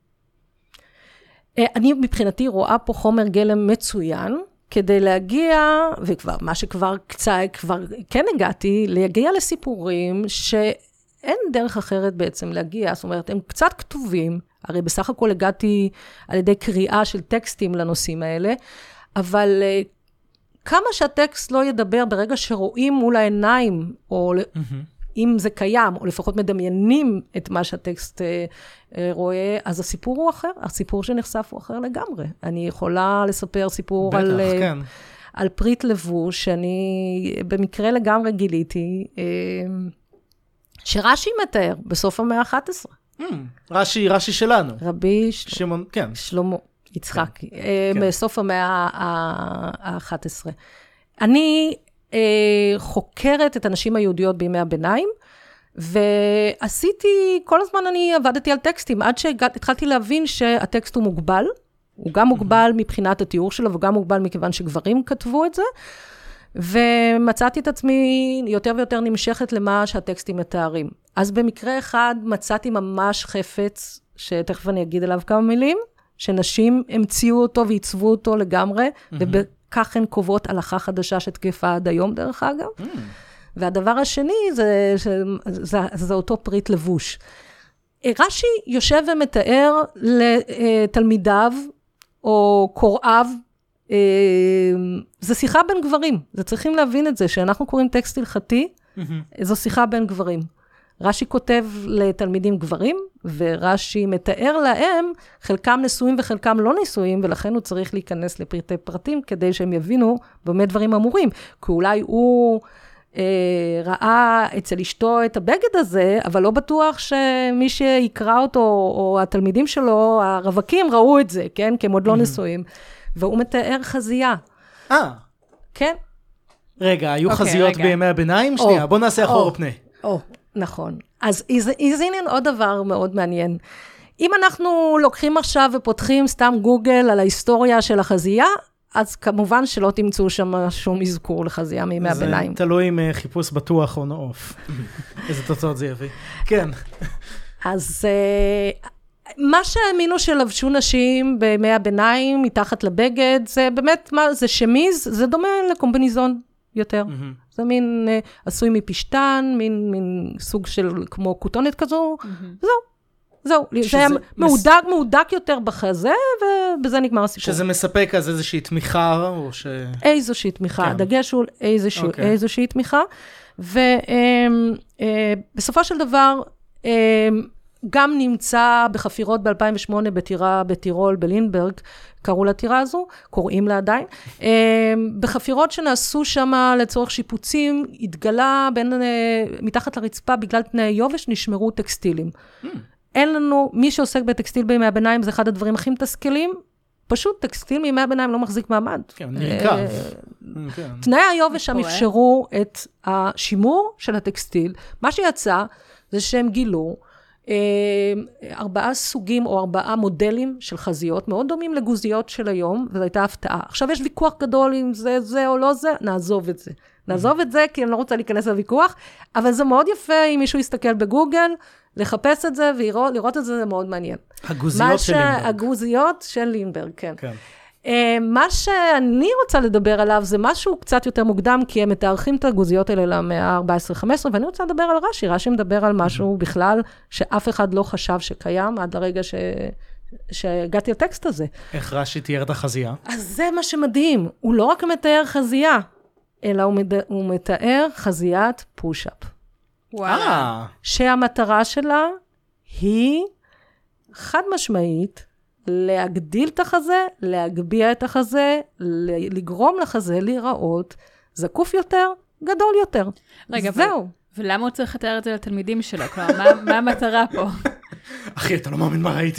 אני מבחינתי רואה פה חומר גלם מצוין, כדי להגיע, וכבר, מה שכבר כבר כן הגעתי, להגיע לסיפורים שאין דרך אחרת בעצם להגיע, זאת אומרת, הם קצת כתובים, הרי בסך הכל הגעתי על ידי קריאה של טקסטים לנושאים האלה, אבל כמה שהטקסט לא ידבר ברגע שרואים מול העיניים, או אם זה קיים, או לפחות מדמיינים את מה שהטקסט רואה, אז הסיפור הוא אחר, הסיפור שנחשף הוא אחר לגמרי. אני יכולה לספר סיפור על פריט לבוש, שאני במקרה לגמרי גיליתי, שרש"י מתאר בסוף המאה ה-11. רש"י שלנו. רבי שמעון, כן. שלמה יצחק, בסוף המאה ה-11. אני חוקרת את הנשים היהודיות בימי הביניים, ועשיתי, כל הזמן אני עבדתי על טקסטים, עד שהתחלתי להבין שהטקסט הוא מוגבל, הוא גם מוגבל מבחינת התיאור שלו, וגם מוגבל מכיוון שגברים כתבו את זה, ומצאתי את עצמי יותר ויותר נמשכת למה שהטקסטים מתארים. אז במקרה אחד מצאתי ממש חפץ, שתכף אני אגיד עליו כמה מילים, שנשים המציאו אותו ועיצבו אותו לגמרי, וכך הן קובעות הלכה חדשה שתקפה עד היום דרך אגב. והדבר השני זה אותו פריט לבוש. רש"י יושב ומתאר לתלמידיו או קוראיו, זה שיחה בין גברים, זה צריכים להבין את זה, שאנחנו קוראים טקסט הלכתי, זו שיחה בין גברים. רש"י כותב לתלמידים גברים, ורש"י מתאר להם, חלקם נשואים וחלקם לא נשואים, ולכן הוא צריך להיכנס לפרטי פרטים, כדי שהם יבינו במה דברים אמורים. כי אולי הוא ראה אצל אשתו את הבגד הזה, אבל לא בטוח שמי שיקרא אותו, או התלמידים שלו, הרווקים ראו את זה, כן? כי הם עוד לא נשואים. והוא מתאר חזייה. כן? רגע, היו חזיות בימי הביניים? שנייה, בוא נעשה אחורה פנה. נכון. אז הנה עוד דבר מאוד מעניין. אם אנחנו לוקחים עכשיו ופותחים סתם גוגל על ההיסטוריה של החזייה, אז כמובן שלא תמצאו שם שום אזכור לחזייה מימי הביניים. זה תלוי עם חיפוש בטוח או נעוף. איזה תוצאות זה יביא. כן. אז מה שהאמינו שלבשו נשים בימי הביניים, מתחת לבגד, זה באמת, זה שמיז, זה דומה לקומביניזון יותר. זה מין עשוי מפשטן, מין סוג של כמו כותונת כזו, זהו, זה היה מהודק יותר בחזה, ובזה נגמר הסיפור. שזה מספק אז איזושהי תמיכה, או ש... איזושהי תמיכה, הדגש הוא איזושהי תמיכה, ובסופו של דבר, גם נמצא בחפירות ב-2008 בטירה בטירול בלינברג, קראו לטירה הזו, קוראים לה עדיין, בחפירות שנעשו שם לצורך שיפוצים, התגלה מתחת לרצפה, בגלל תנאי יובש, נשמרו טקסטילים. אין לנו, מי שעוסק בטקסטיל בימי הביניים, זה אחד הדברים הכי מתסכלים, פשוט טקסטיל מימי הביניים לא מחזיק מעמד. כן, נרכב. תנאי היובש שם אפשרו את השימור של הטקסטיל. מה שיצא, זה שהם גילו 4 סוגים או 4 מודלים של חזיות, מאוד דומים לגוזיות של היום, וזו הייתה הפתעה. עכשיו יש ויכוח גדול אם זה או לא זה, נעזוב את זה. נעזוב את זה, כי אני לא רוצה להיכנס לוויכוח, אבל זה מאוד יפה אם מישהו יסתכל בגוגל, לחפש את זה ולראות את זה, זה מאוד מעניין. הגוזיות של לינברג. הגוזיות של לינברג, כן. מה שאני רוצה לדבר עליו, זה משהו קצת יותר מוקדם, כי הם מתארחים את הגוזיות האלה למאה ה-14-15, ואני רוצה לדבר על רש"י. רש"י מדבר על משהו בכלל, שאף אחד לא חשב שקיים, עד לרגע שהגעתי לטקסט הזה. איך רש"י תיאר את החזייה? אז זה מה שמדהים. הוא לא רק מתאר חזייה, אלא הוא מתאר חזיית פוש-אפ. וואלה. שהמטרה שלה היא חד משמעית, להגדיל את החזה, להגביע את החזה, לגרום לחזה להיראות זקוף יותר, גדול יותר. רגע, זהו. ולמה הוא צריך לתאר את זה לתלמידים שלו? כלומר, מה המטרה פה? אחי, אתה לא מאמין מה ראיתי.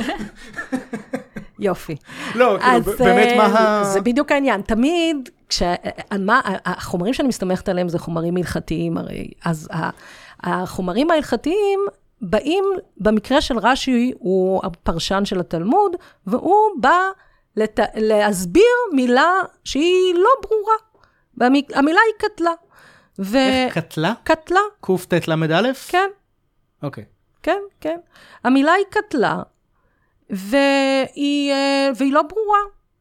יופי. לא, באמת מה... זה בדיוק העניין. תמיד, החומרים שאני מסתמכת עליהם זה חומרים הלכתיים, הרי. אז החומרים ההלכתיים, באים, במקרה של רש"י, הוא הפרשן של התלמוד, והוא בא להסביר מילה שהיא לא ברורה. המילה היא קטלה. איך קטלה? קטלה. קט"ל למד? כן. אוקיי. כן, כן. המילה היא קטלה, והיא לא ברורה.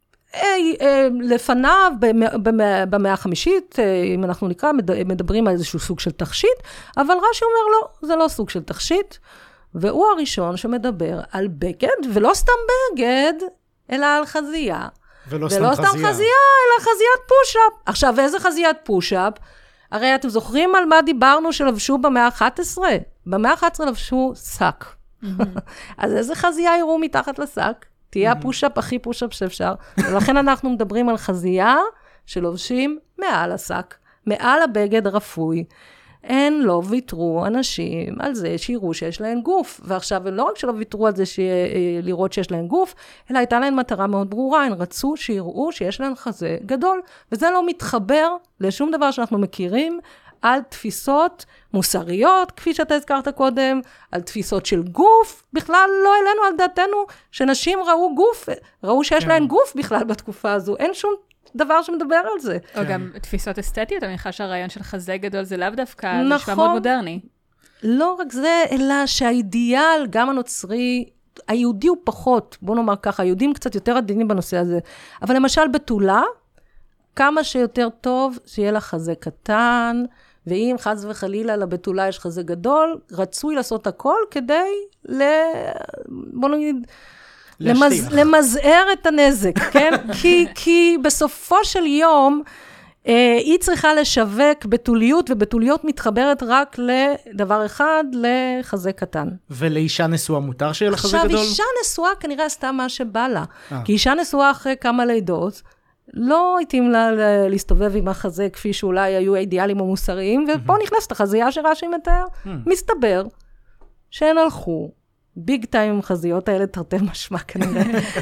לפניו, במאה החמישית, אם אנחנו נקרא, מדברים על איזשהו סוג של תכשיט, אבל רש"י אומר לא, זה לא סוג של תכשיט, והוא הראשון שמדבר על בגד, ולא סתם בגד, אלא על חזייה. ולא סתם חזייה, אלא חזיית פוש-אפ. עכשיו, איזה חזיית פוש-אפ? הרי אתם זוכרים על מה דיברנו שלבשו במאה ה-11? במאה ה-11 לבשו שק. אז איזה חזייה יראו מתחת לשק? תהיה הפוש-אפ הכי פוש-אפ שאפשר. ולכן אנחנו מדברים על חזייה שלובשים מעל השק, מעל הבגד הרפוי. אין לא ויתרו אנשים על זה שיראו שיש להם גוף. ועכשיו, לא רק שלא ויתרו על זה לראות שיש להם גוף, אלא הייתה להם מטרה מאוד ברורה. הם רצו שיראו שיש להם חזה גדול. וזה לא מתחבר לשום דבר שאנחנו מכירים, על תפיסות מוסריות, כפי שאתה הזכרת קודם, על תפיסות של גוף. בכלל לא אלינו על דעתנו שנשים ראו גוף, ראו שיש להן גוף בכלל בתקופה הזו. אין שום דבר שמדבר על זה. או גם תפיסות אסתטיות, אני חושב שהרעיון של חזה גדול זה לאו דווקא, זה נשמע מאוד מודרני. לא רק זה, אלא שהאידיאל, גם הנוצרי, היהודי הוא פחות, בוא נאמר ככה, היהודים קצת יותר עדינים בנושא הזה, אבל למשל בתולה, כמה שיותר טוב שיהיה לה חזה קטן, ואם חס וחלילה לבתולה יש חזה גדול, רצוי לעשות הכל כדי, בוא נגיד, למזער את הנזק, כן? כי בסופו של יום, היא צריכה לשווק בתוליות, ובתוליות מתחברת רק לדבר אחד, לחזה קטן. ולאישה נשואה מותר שיהיה לה חזה גדול? עכשיו, אישה נשואה כנראה עשתה מה שבא לה. כי אישה נשואה אחרי כמה לידות, לא התאים לה להסתובב עם החזה, כפי שאולי היו האידיאלים המוסריים, ופה נכנסת החזייה שרש"י מתאר. מסתבר שהן הלכו, ביג טיים עם חזיות האלה, תרתי משמע כנראה.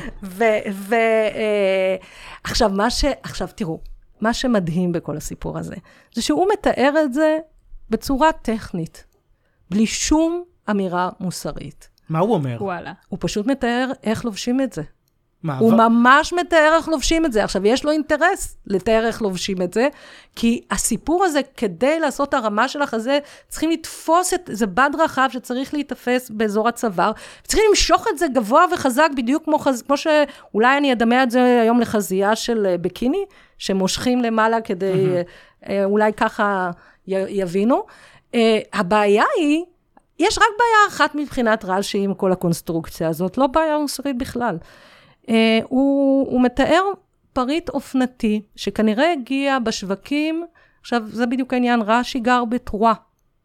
עכשיו תראו, מה שמדהים בכל הסיפור הזה, זה שהוא מתאר את זה בצורה טכנית, בלי שום אמירה מוסרית. מה הוא אומר? וואלה. הוא פשוט מתאר איך לובשים את זה. הוא ממש מתאר איך לובשים את זה. עכשיו, יש לו אינטרס לתאר איך לובשים את זה, כי הסיפור הזה, כדי לעשות הרמה של החזה, צריכים לתפוס את זה בד רחב שצריך להתאפס באזור הצוואר, צריכים למשוך את זה גבוה וחזק, בדיוק כמו שאולי אני אדמה את זה היום לחזייה של בקיני, שמושכים למעלה כדי, אולי ככה יבינו. הבעיה היא, יש רק בעיה אחת מבחינת רש"י עם כל הקונסטרוקציה הזאת, לא בעיה מוסרית בכלל. הוא מתאר פריט אופנתי, שכנראה הגיע בשווקים, עכשיו זה בדיוק העניין, רש"י גר בטרואה.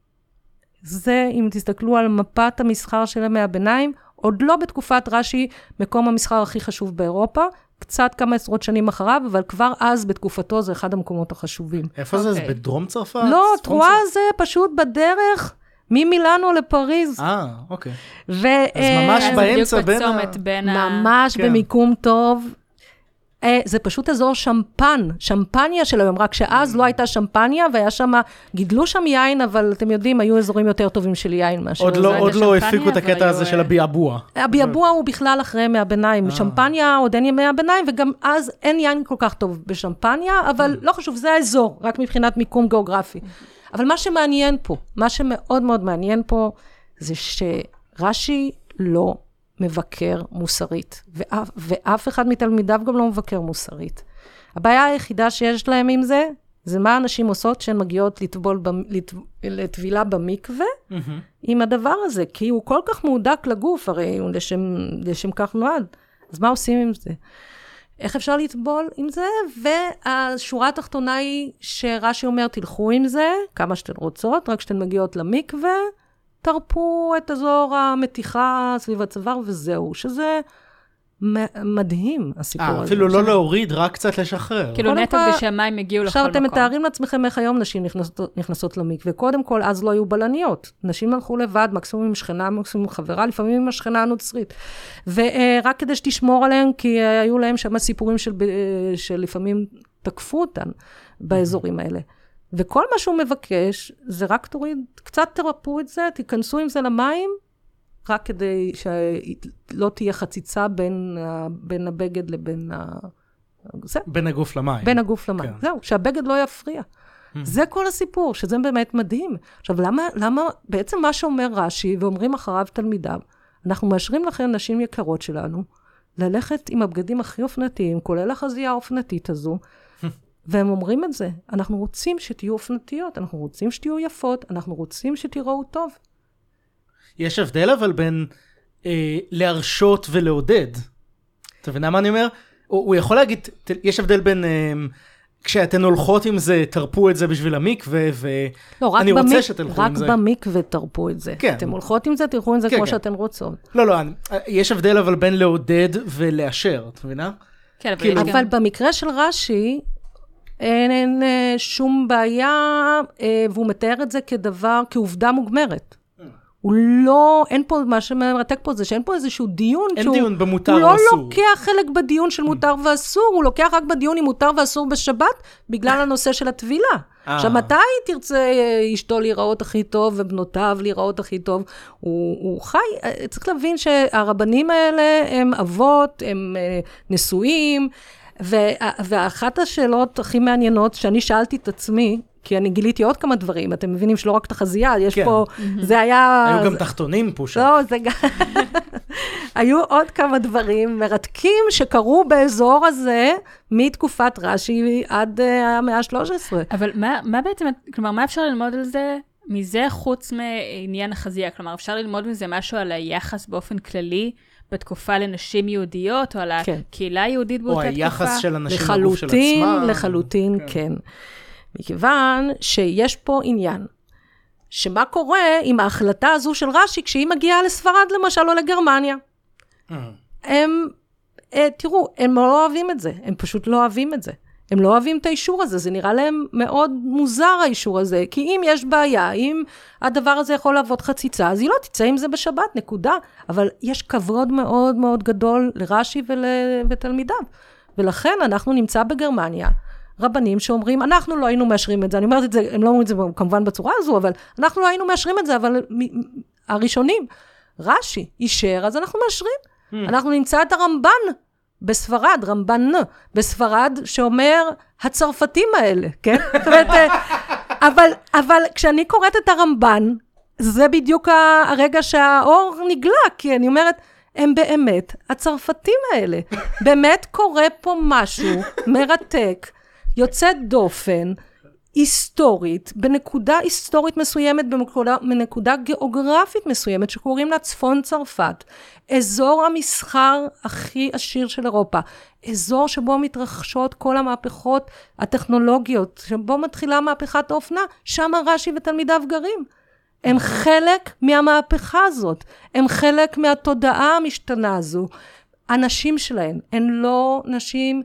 זה, אם תסתכלו על מפת המסחר של ימי הביניים, עוד לא בתקופת רש"י, מקום המסחר הכי חשוב באירופה, קצת כמה עשרות שנים אחריו, אבל כבר אז בתקופתו זה אחד המקומות החשובים. איפה זה? זה בדרום צרפת? לא, טרואה זה פשוט בדרך ממילאנו לפריז. אוקיי. אז ממש באמצע בין ממש במיקום טוב. זה פשוט אזור שמפניה של היום, רק שאז לא הייתה שמפניה, והיה שם, גידלו שם יין, אבל אתם יודעים, היו אזורים יותר טובים של יין מאשר. עוד לא הפיקו את הקטע הזה של הביאבוע. הביאבוע הוא בכלל אחרי ימי הביניים. שמפניה עוד אין ימי הביניים, וגם אז אין יין כל כך טוב בשמפניה, אבל לא חשוב, זה האזור, רק מבחינת מיקום גיאוגרפי. אבל מה שמעניין פה, מה שמאוד מאוד מעניין פה, זה שרש"י לא מבקר מוסרית, ואף אחד מתלמידיו גם לא מבקר מוסרית. הבעיה היחידה שיש להם עם זה, זה מה אנשים עושות שהן מגיעות לטבילה במקווה, עם הדבר הזה, כי הוא כל כך מודק לגוף, הרי הוא לשם כך נועד. אז מה עושים עם זה? איך אפשר לטבול עם זה? והשורה התחתונה היא שרש"י אומר, תלכו עם זה, כמה שאתן רוצות, רק שאתן מגיעות למקווה, תרפו את אזור המתיחה סביב הצוואר, וזהו, שזה מדהים, הסיפור הזה. אפילו לא להוריד, רק קצת לשחרר. כאילו נטו בשהמים הגיעו לכל מקום. עכשיו אתם מתארים לעצמכם איך היום נשים נכנסות למקווה. קודם כל, אז לא היו בלניות. נשים הלכו לבד, מקסימום עם שכנה, מקסימום עם חברה, לפעמים עם השכנה הנוצרית. ורק כדי שתשמור עליהם, כי היו להם שם סיפורים שלפעמים תקפו אותם באזורים האלה. וכל מה שהוא מבקש, זה רק תוריד, קצת תרפו את זה, תיכנסו עם זה למים, רק כדי שלא תהיה חציצה בין הבגד לבין בין הגוף למים. בין הגוף למים. זהו, שהבגד לא יפריע. זה כל הסיפור, שזה באמת מדהים. עכשיו, למה בעצם מה שאומר רש"י, ואומרים אחריו תלמידיו, אנחנו מאשרים לכם, נשים יקרות שלנו, ללכת עם הבגדים הכי אופנתיים, כולל החזייה האופנתית הזו, והם אומרים את זה. אנחנו רוצים שתהיו אופנתיות, אנחנו רוצים שתהיו יפות, אנחנו רוצים שתראו טוב. יש הבדל אבל בין להרשות ולעודד. אתה מבינה מה אני אומר? הוא יכול להגיד, יש הבדל בין... כשאתן הולכות עם זה, תרפו את זה בשביל המקווה, ואני רוצה שתלכו עם זה. רק במקווה תרפו את זה. כן. אתן הולכות עם זה, תלכו עם זה כמו שאתן רוצות. לא, יש הבדל אבל בין לעודד ולאשר, את מבינה? כן, אבל במקרה של רש"י, אין שום בעיה, והוא מתאר את זה כדבר, כעובדה מוגמרת. הוא לא, אין פה, מה שמרתק פה זה שאין פה איזשהו דיון, אין דיון במותר או אסור. הוא לא לוקח חלק בדיון של מותר ואסור, הוא לוקח רק בדיון עם מותר ואסור בשבת, בגלל הנושא של הטבילה. עכשיו, מתי תרצה אשתו להיראות הכי טוב, ובנותיו להיראות הכי טוב? הוא חי, צריך להבין שהרבנים האלה הם אבות, הם נשואים, ואחת השאלות הכי מעניינות שאני שאלתי את עצמי, כי אני גיליתי עוד כמה דברים, אתם מבינים שלא רק את החזייה, יש פה, זה היה... היו גם תחתונים פה שם. לא, זה גם... היו עוד כמה דברים מרתקים שקרו באזור הזה, מתקופת רש"י עד המאה ה-13. אבל מה בעצם, כלומר, מה אפשר ללמוד על זה? מזה חוץ מעניין החזייה, כלומר, אפשר ללמוד מזה משהו על היחס באופן כללי, בתקופה לנשים יהודיות, או על הקהילה היהודית באותה תקופה? או היחס של אנשים בגוף של עצמם. לחלוטין, כן. מכיוון שיש פה עניין, שמה קורה עם ההחלטה הזו של רש"י, כשהיא מגיעה לספרד למשל, או לגרמניה. תראו, הם לא אוהבים את זה, הם פשוט לא אוהבים את זה. הם לא אוהבים את האישור הזה, זה נראה להם מאוד מוזר האישור הזה, כי אם יש בעיה, אם הדבר הזה יכול לעבוד חציצה, אז היא לא תצא עם זה בשבת, נקודה. אבל יש כבוד מאוד מאוד גדול לרש"י ותלמידיו. ולכן אנחנו נמצא בגרמניה, רבנים שאומרים, אנחנו לא היינו מאשרים את זה, אני אומרת את זה, הם לא אומרים את זה כמובן בצורה הזו, אבל אנחנו לא היינו מאשרים את זה, אבל הראשונים, רש"י אישר, אז אנחנו מאשרים. אנחנו נמצא את הרמב"ן בספרד, רמב"ן בספרד, שאומר, הצרפתים האלה, כן? זאת אומרת, אבל כשאני קוראת את הרמב"ן, זה בדיוק הרגע שהאור נגלה, כי אני אומרת, הם באמת הצרפתים האלה. באמת קורה פה משהו מרתק, יוצא דופן, היסטורית, בנקודה היסטורית מסוימת, בנקודה גיאוגרפית מסוימת, שקוראים לה צפון צרפת, אזור המסחר הכי עשיר של אירופה, אזור שבו מתרחשות כל המהפכות הטכנולוגיות, שבו מתחילה מהפכת האופנה, שם רש"י ותלמידיו גרים. הם חלק מהמהפכה הזאת, הם חלק מהתודעה המשתנה הזו. הנשים שלהן, הן לא נשים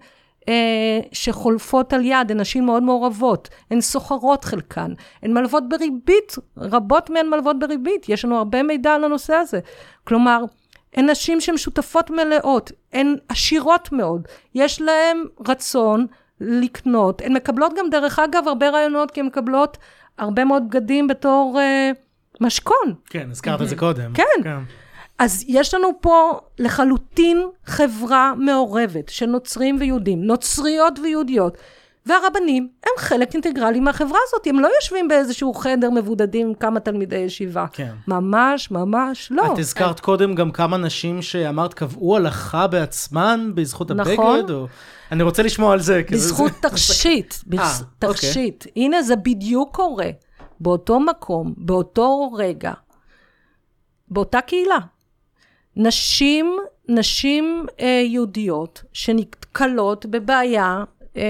שחולפות על יד, הן נשים מאוד מעורבות, הן סוחרות חלקן, הן מלוות בריבית, רבות מהן מלוות בריבית, יש לנו הרבה מידע על הנושא הזה. כלומר, הן נשים שהן שותפות מלאות, הן עשירות מאוד, יש להן רצון לקנות, הן מקבלות גם דרך אגב הרבה רעיונות, כי הן מקבלות הרבה מאוד בגדים בתור משכון. כן, הזכרת את זה קודם. כן. אז יש לנו פה לחלוטין חברה מעורבת של נוצרים ויהודים, נוצריות ויהודיות, והרבנים הם חלק אינטגרלי מהחברה הזאת, הם לא יושבים באיזשהו חדר מבודדים עם כמה תלמידי ישיבה. כן. ממש, ממש לא. את הזכרת קודם גם כמה נשים שאמרת קבעו הלכה בעצמן בזכות הבגד? נכון. או... אני רוצה לשמוע על זה. בזכות תכשיט, תכשיט. הנה זה בדיוק קורה, באותו מקום, באותו רגע, באותה קהילה. נשים יהודיות שנתקלות בבעיה,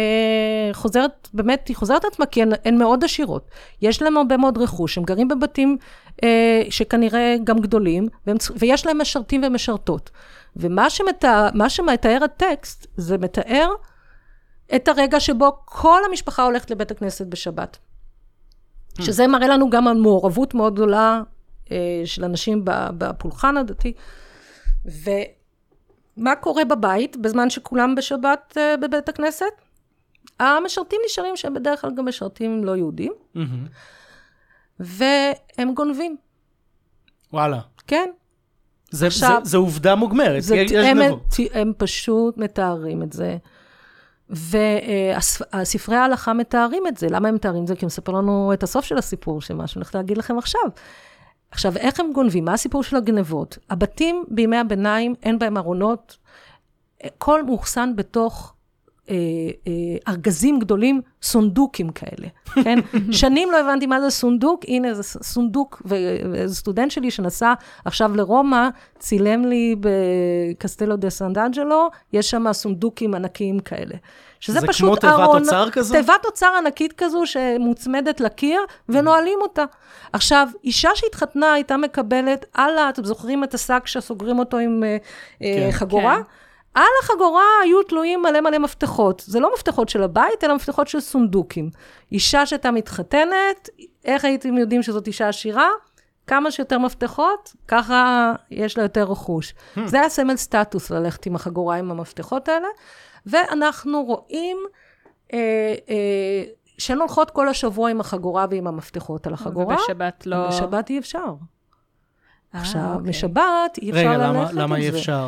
היא חוזרת עצמה, כי הן מאוד עשירות. יש להם הרבה מאוד רכוש, הם גרים בבתים שכנראה גם גדולים, ויש להם משרתים ומשרתות. ומה שמתאר הטקסט, זה מתאר את הרגע שבו כל המשפחה הולכת לבית הכנסת בשבת. שזה מראה לנו גם על מעורבות מאוד גדולה של אנשים בפולחן הדתי. ומה קורה בבית בזמן שכולם בשבת בבית הכנסת? המשרתים נשארים שהם בדרך כלל גם משרתים לא יהודים. והם גונבים. וואלה. כן. זה עובדה מוגמרת, יש גנבות. הם פשוט מתארים את זה, והספרי ההלכה מתארים את זה. למה הם מתארים את זה? כי הם מספר לנו את הסוף של הסיפור, שמה שאני הולכת להגיד לכם עכשיו. עכשיו, איך הם גונבים? מה הסיפור של הגנבות? הבתים בימי הביניים, אין בהם ארונות, כל מאוחסן בתוך ארגזים גדולים, סונדוקים כאלה, כן? שנים לא הבנתי מה זה סונדוק, הנה זה סונדוק, ואיזה סטודנט שלי שנסע עכשיו לרומא, צילם לי בקסטלו דה סנדאנג'לו, יש שם סונדוקים ענקיים כאלה. שזה זה פשוט כמו תיבת אוצר כזו? תיבת אוצר ענקית כזו, שמוצמדת לקיר, ונועלים אותה. עכשיו, אישה שהתחתנה הייתה מקבלת, אתם זוכרים את השק שסוגרים אותו עם חגורה? על החגורה היו תלויים מלא מפתחות. זה לא מפתחות של הבית, אלא מפתחות של סונדוקים. אישה שהייתה מתחתנת, איך הייתם יודעים שזאת אישה עשירה? כמה שיותר מפתחות, ככה יש לה יותר רכוש. זה היה סמל סטטוס ללכת עם החגורה עם המפתחות האלה, ואנחנו רואים שהן הולכות כל השבוע עם החגורה ועם המפתחות על החגורה. ובשבת לא... בשבת אי אפשר. עכשיו, בשבת אי אפשר ללכת עם זה. רגע, למה אי אפשר?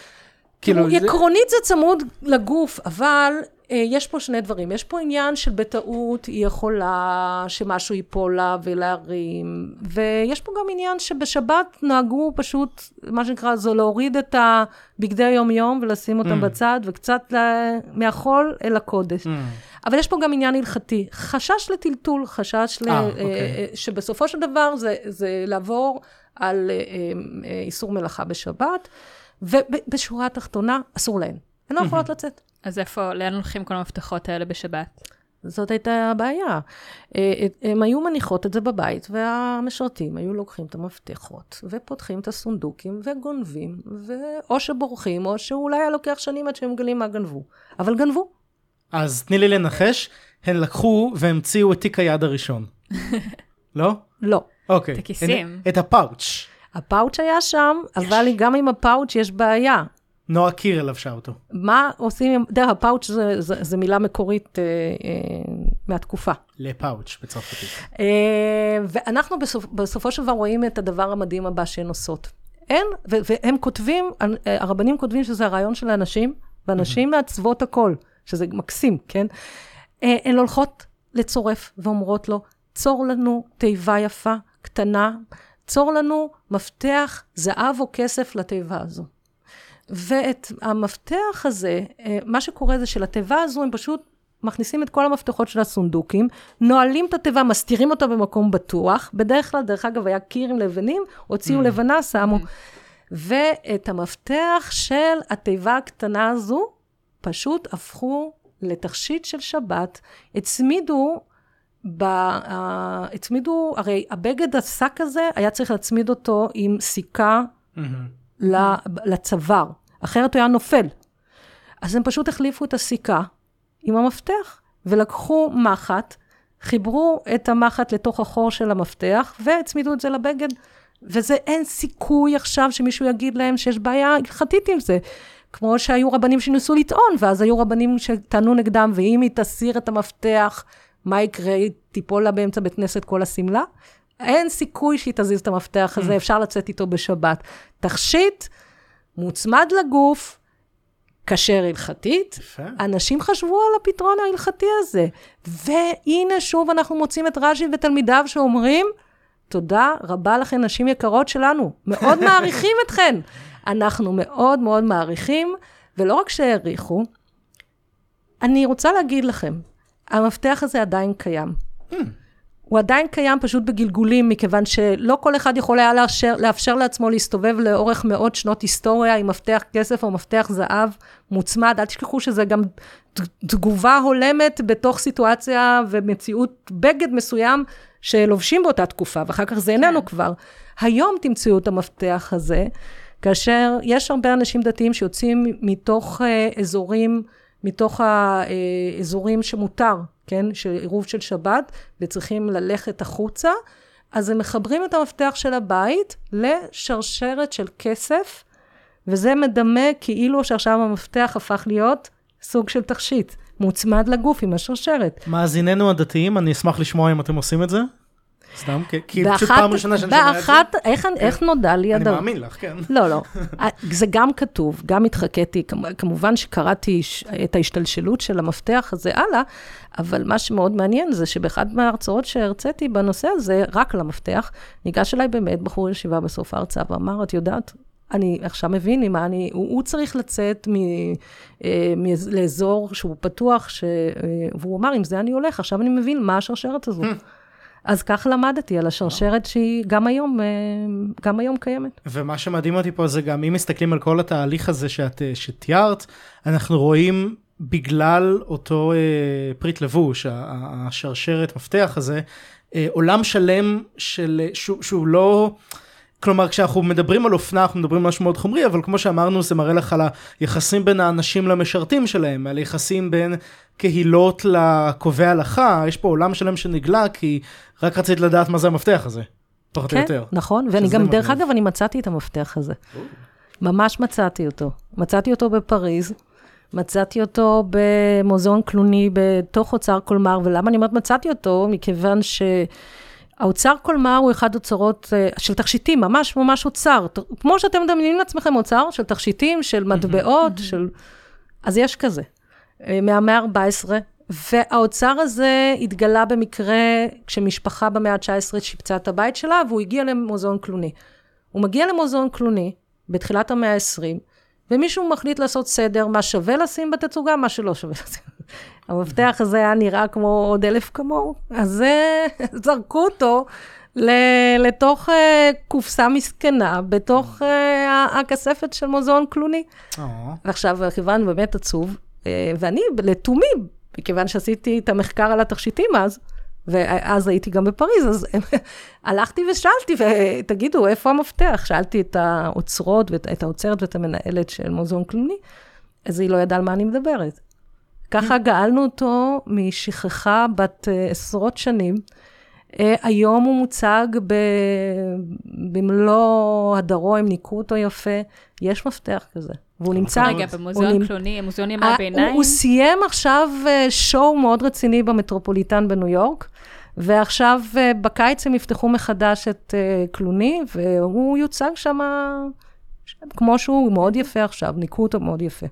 עקרונית זה צמוד לגוף, אבל יש פה שני דברים. יש פה עניין של בטעות היא יכולה שמשהו ייפול לה ולהרים, ויש פה גם עניין שבשבת נהגו פשוט, מה שנקרא, זה להוריד את הבגדי יום-יום ולשים אותם בצד, וקצת מהחול אל הקודש. אבל יש פה גם עניין הלכתי. חשש לטלטול, חשש שבסופו של דבר זה לעבור על איסור מלאכה בשבת, ובשורה התחתונה, אסור להן. הן לא יכולות לצאת. אז לאן הולכים כל המפתחות האלה בשבת? זאת הייתה הבעיה. הם היו מניחות את זה בבית, והמשרתים היו לוקחים את המפתחות, ופותחים את הסונדוקים, וגונבים, או שבורחים, או שאולי היה לוקח שנים עד שהם גלים מה גנבו. אבל גנבו. אז תני לי לנחש, הן לקחו והמציאו את תיק היד הראשון. לא? לא. אוקיי. את הכיסים. את הפאוץ'. הפאוץ' היה שם, אבל גם עם הפאוץ' יש בעיה. נועה קירל לבשה אותו. מה עושים? דרך, הפאוץ' זה מילה מקורית מהתקופה. לפאוץ' בצרפתית. ואנחנו בסופו של דבר רואים את הדבר המדהים הבא שהן עושות. והם כותבים, הרבנים כותבים שזה הרעיון של האנשים, ואנשים מעצבות הכל, שזה מקסים, כן? הן הולכות לצורף ואומרות לו, צור לנו תיבה יפה, קטנה, צור לנו מפתח זהב או כסף לתיבה הזו. ואת המפתח הזה, מה שקורה זה שלתיבה הזו הם פשוט מכניסים את כל המפתחות של הסונדוקים, נועלים את התיבה, מסתירים אותה במקום בטוח, בדרך כלל, דרך אגב, היה קיר עם לבנים, הוציאו לבנה, שמו, ואת המפתח של התיבה הקטנה הזו, פשוט הפכו לתכשיט של שבת, הצמידו, הרי הבגד השק הזה, היה צריך להצמיד אותו עם סיכה לצוואר, אחרת הוא היה נופל. אז הם פשוט החליפו את הסיכה עם המפתח, ולקחו מחט, חיברו את המחט לתוך החור של המפתח, והצמידו את זה לבגד, וזה אין סיכוי עכשיו שמישהו יגיד להם שיש בעיה הלכתית עם זה. כמו שהיו רבנים שניסו לטעון, ואז היו רבנים שטענו נגדם, ואם היא תסיר את המפתח, מה יקרה? תיפול לה באמצע בית כנסת כל הסמלה? אין סיכוי שהיא תזיז את המפתח הזה, אפשר לצאת איתו בשבת. תכשיט, מוצמד לגוף, כשר הלכתית, אנשים חשבו על הפתרון ההלכתי הזה. והנה שוב אנחנו מוצאים את רש"י ותלמידיו שאומרים, תודה רבה לכם נשים יקרות שלנו, מאוד מעריכים אתכן. אנחנו מאוד מאוד מעריכים, ולא רק שהעריכו, אני רוצה להגיד לכם, המפתח הזה עדיין קיים. הוא עדיין קיים פשוט בגלגולים, מכיוון שלא כל אחד יכול היה לאפשר לעצמו להסתובב לאורך מאות שנות היסטוריה, עם מפתח כסף או מפתח זהב מוצמד. אל תשכחו שזה גם תגובה הולמת בתוך סיטואציה ומציאות בגד מסוים שלובשים באותה תקופה, ואחר כך זה איננו כבר. היום תמצאו את המפתח הזה, כאשר יש הרבה אנשים דתיים שיוצאים מתוך האזורים שמותר, כן, של עירוב של שבת, וצריכים ללכת החוצה, אז הם מחברים את המפתח של הבית לשרשרת של כסף, וזה מדמה כאילו שעכשיו המפתח הפך להיות סוג של תכשיט, מוצמד לגוף עם השרשרת. מאזיננו הדתיים, אני אשמח לשמוע אם אתם עושים את זה. סתם, כי פשוט פעם ראשונה שאני שומע את זה. איך נודע לי הדבר? אני מאמין לך, כן. לא. זה גם כתוב, גם התחקתי, כמובן שקראתי את ההשתלשלות של המפתח הזה הלאה, אבל מה שמאוד מעניין זה שבאחד מההרצאות שהרציתי בנושא הזה, רק למפתח, ניגש אליי באמת בחור ישיבה בסוף ההרצאה, ואמר, את יודעת, אני עכשיו מבין מה הוא צריך לצאת לאזור שהוא פתוח, והוא אמר, אם זה אני הולך, עכשיו אני מבין מה השרשרת הזו. אז כך למדתי על השרשרת שהיא גם היום קיימת. ומה שמדהים אותי פה זה גם, אם מסתכלים על כל התהליך הזה שתיארת, אנחנו רואים בגלל אותו פריט לבוש, השרשרת מפתח הזה, עולם שלם שהוא לא... כלומר, כשאנחנו מדברים על אופנה, אנחנו מדברים על משהו מאוד חומרי, אבל כמו שאמרנו, זה מראה לך על היחסים בין האנשים למשרתים שלהם, על יחסים בין קהילות לקובעי הלכה, יש פה עולם שלם שנגלה, כי רק רצית לדעת מה זה המפתח הזה, פחות או יותר. כן, נכון, ואני גם, דרך אגב, אני מצאתי את המפתח הזה. ממש מצאתי אותו. מצאתי אותו בפריז, מצאתי אותו במוזיאון קלוני, בתוך אוצר קולמר, ולמה אני אומרת מצאתי אותו? מכיוון האוצר קולמר הוא אחד אוצרות של תכשיטים, ממש ממש אוצר. כמו שאתם מדמיינים לעצמכם אוצר של תכשיטים, של מטבעות, אז יש כזה. מהמאה ה-14, והאוצר הזה התגלה במקרה כשמשפחה במאה ה-19 שיפצה את הבית שלה, והוא הגיע למוזיאון קלוני. הוא מגיע למוזיאון קלוני בתחילת המאה ה-20, ומישהו מחליט לעשות סדר, מה שווה לשים בתצוגה, מה שלא שווה לשים. המפתח הזה היה נראה כמו עוד 1,000 כמוהו, אז זרקו אותו לתוך קופסה מסכנה, בתוך הכספת של מוזיאון קלוני. ועכשיו, כיוון באמת עצוב, ואני לתומי, מכיוון שעשיתי את המחקר על התכשיטים אז, ואז הייתי גם בפריז, אז הלכתי ושאלתי, ותגידו, איפה המפתח? שאלתי את האוצרות, ואת האוצרת ואת המנהלת של מוזיאון קלוני, אז היא לא ידעה על מה אני מדברת. ככה גאלנו אותו משכחה בת עשרות שנים. היום הוא מוצג במלוא הדרו, הם ניקו אותו יפה. יש מפתח כזה. והוא נמצא... רגע, במוזיאון קלוני, המוזיאון ימי הביניים? הוא סיים עכשיו שואו מאוד רציני במטרופוליטן בניו יורק, ועכשיו בקיץ הם יפתחו מחדש את קלוני, והוא יוצג שם כמו שהוא מאוד יפה עכשיו, ניקו אותו מאוד יפה.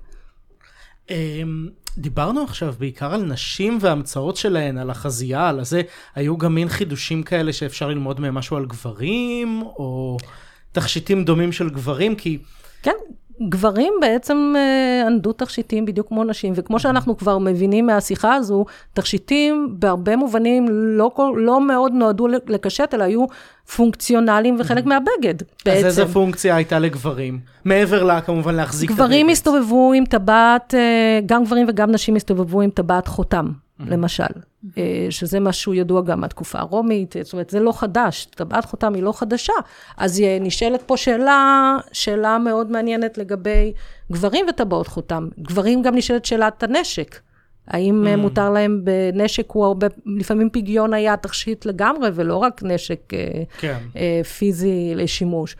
דיברנו עכשיו בעיקר על נשים והמצאות שלהן, על החזייה, על הזה. היו גם מין חידושים כאלה שאפשר ללמוד מהם משהו על גברים, או תכשיטים דומים של גברים, כי... כן, גברים בעצם ענדו תכשיטים בדיוק כמו נשים, וכמו שאנחנו כבר מבינים מהשיחה הזו, תכשיטים בהרבה מובנים לא מאוד נועדו לקשט, אלא היו פונקציונליים וחלק מהבגד. אז איזה פונקציה הייתה לגברים? מעבר לה כמובן להחזיק את הבגד. גברים הסתובבו עם טבעת, גם גברים וגם נשים הסתובבו עם טבעת חותם, למשל. שזה משהו ידוע גם מהתקופה הרומית, זאת אומרת, זה לא חדש, טבעת חותם היא לא חדשה, אז נשאלת פה שאלה מאוד מעניינת לגבי גברים וטבעות חותם. גברים גם נשאלת שאלת הנשק, האם מותר להם בנשק, הוא הרבה, לפעמים פגיון היה תכשיט לגמרי, ולא רק נשק פיזי לשימוש.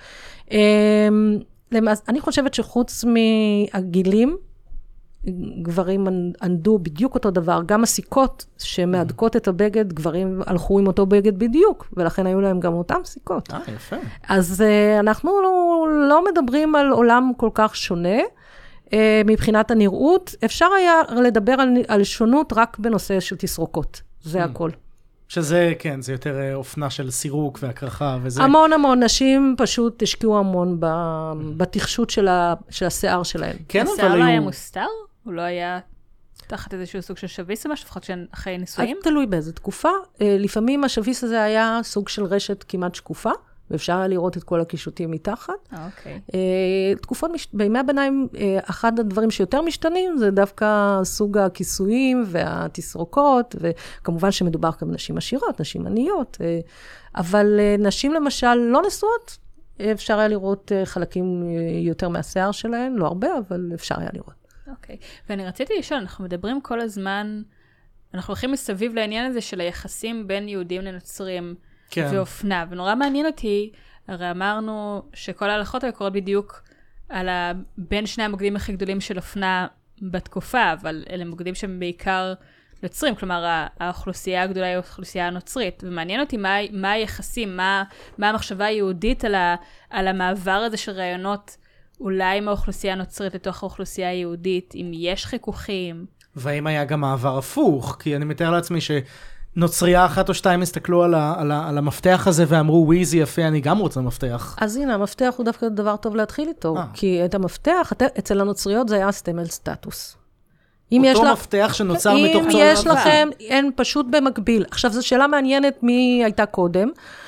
אני חושבת שחוץ מהגילים, גברים ענדו בדיוק אותו דבר, גם הסיכות שמהדקות את הבגד, גברים הלכו עם אותו בגד בדיוק, ולכן היו להם גם אותם סיכות. יפה. אז אנחנו לא מדברים על עולם כל כך שונה, מבחינת הנראות, אפשר היה לדבר על שונות רק בנושא של תסרוקות, זה הכל. שזה, כן, זה יותר אופנה של סירוק והקרחה וזה. המון נשים פשוט השקיעו המון בתחשות של השיער שלהם. כן, השיער לא היה מוסתר? הוא לא היה תחת איזשהו סוג של שביס או משהו, לפחות אחרי נישואים? תלוי באיזו תקופה. לפעמים השביס הזה היה סוג של רשת כמעט שקופה, ואפשר היה לראות את כל הקישוטים מתחת. אוקיי. תקופות, בימי הביניים, אחד הדברים שיותר משתנים, זה דווקא סוג הכיסויים והתסרוקות, וכמובן שמדובר גם נשים עשירות, נשים עניות, אבל נשים למשל לא נשואות, אפשר היה לראות חלקים יותר מהשיער שלהן, לא הרבה, אבל אפשר היה לראות. אוקיי, ואני רציתי לשאול, אנחנו מדברים כל הזמן, אנחנו הולכים מסביב לעניין הזה של היחסים בין יהודים לנוצרים, כן. ואופנה, ונורא מעניין אותי, הרי אמרנו שכל ההלכות האלה קורות בדיוק בין שני המוקדים הכי גדולים של אופנה בתקופה, אבל אלה מוקדים שהם בעיקר נוצרים, כלומר האוכלוסייה הגדולה היא האוכלוסייה הנוצרית, ומעניין אותי מה היחסים, מה המחשבה היהודית על המעבר הזה של רעיונות אולי מהאוכלוסייה הנוצרית לתוך האוכלוסייה היהודית, אם יש חיכוכים. והאם היה גם מעבר הפוך, כי אני מתאר לעצמי שנוצריה אחת או שתיים הסתכלו על המפתח הזה ואמרו, וואי, זה יפה, אני גם רוצה מפתח. אז הנה, המפתח הוא דווקא דבר טוב להתחיל איתו, כי את המפתח, אצל הנוצריות זה היה סמל סטטוס. אותו מפתח שנוצר מתוך צורך. אם יש לכם, אין פשוט במקביל. עכשיו, זו שאלה מעניינת מי הייתה קודם.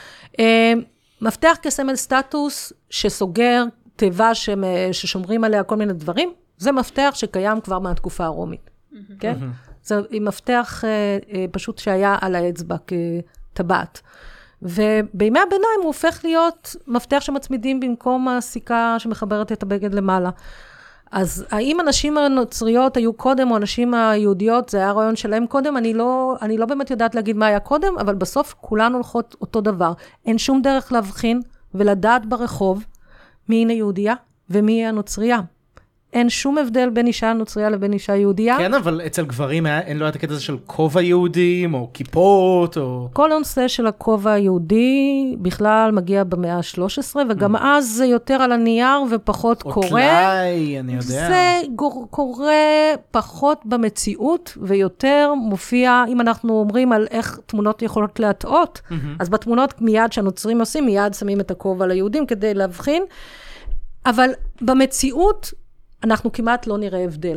מפתח כסמל סטטוס שסוגר תיבה ששומרים עליה כל מיני דברים, זה מפתח שקיים כבר מהתקופה הרומית. כן? זה מפתח פשוט שהיה על האצבע כטבעת. ובימי הביניים הוא הופך להיות מפתח שמצמידים במקום הסיכה שמחברת את הבגד למעלה. אז האם הנשים הנוצריות היו קודם, או הנשים היהודיות, זה היה הרעיון שלהם קודם, אני לא באמת יודעת להגיד מה היה קודם, אבל בסוף כולנו הולכות אותו דבר. אין שום דרך להבחין ולדעת ברחוב מי הנה יהודייה ומי הנוצריה. אין שום הבדל בין אישה נוצריה לבין אישה יהודייה. כן, אבל אצל גברים אין לו את הקטע הזה של כובע יהודים, או כיפות, או... כל הנושא של הכובע היהודי בכלל מגיע במאה ה-13, וגם אז זה יותר על הנייר ופחות קורה. או טלאי, אני יודע. זה קורה פחות במציאות, ויותר מופיע, אם אנחנו אומרים על איך תמונות יכולות להטעות, אז בתמונות מיד שהנוצרים עושים, מיד שמים את הכובע ליהודים כדי להבחין, אבל במציאות, אנחנו כמעט לא נראה הבדל.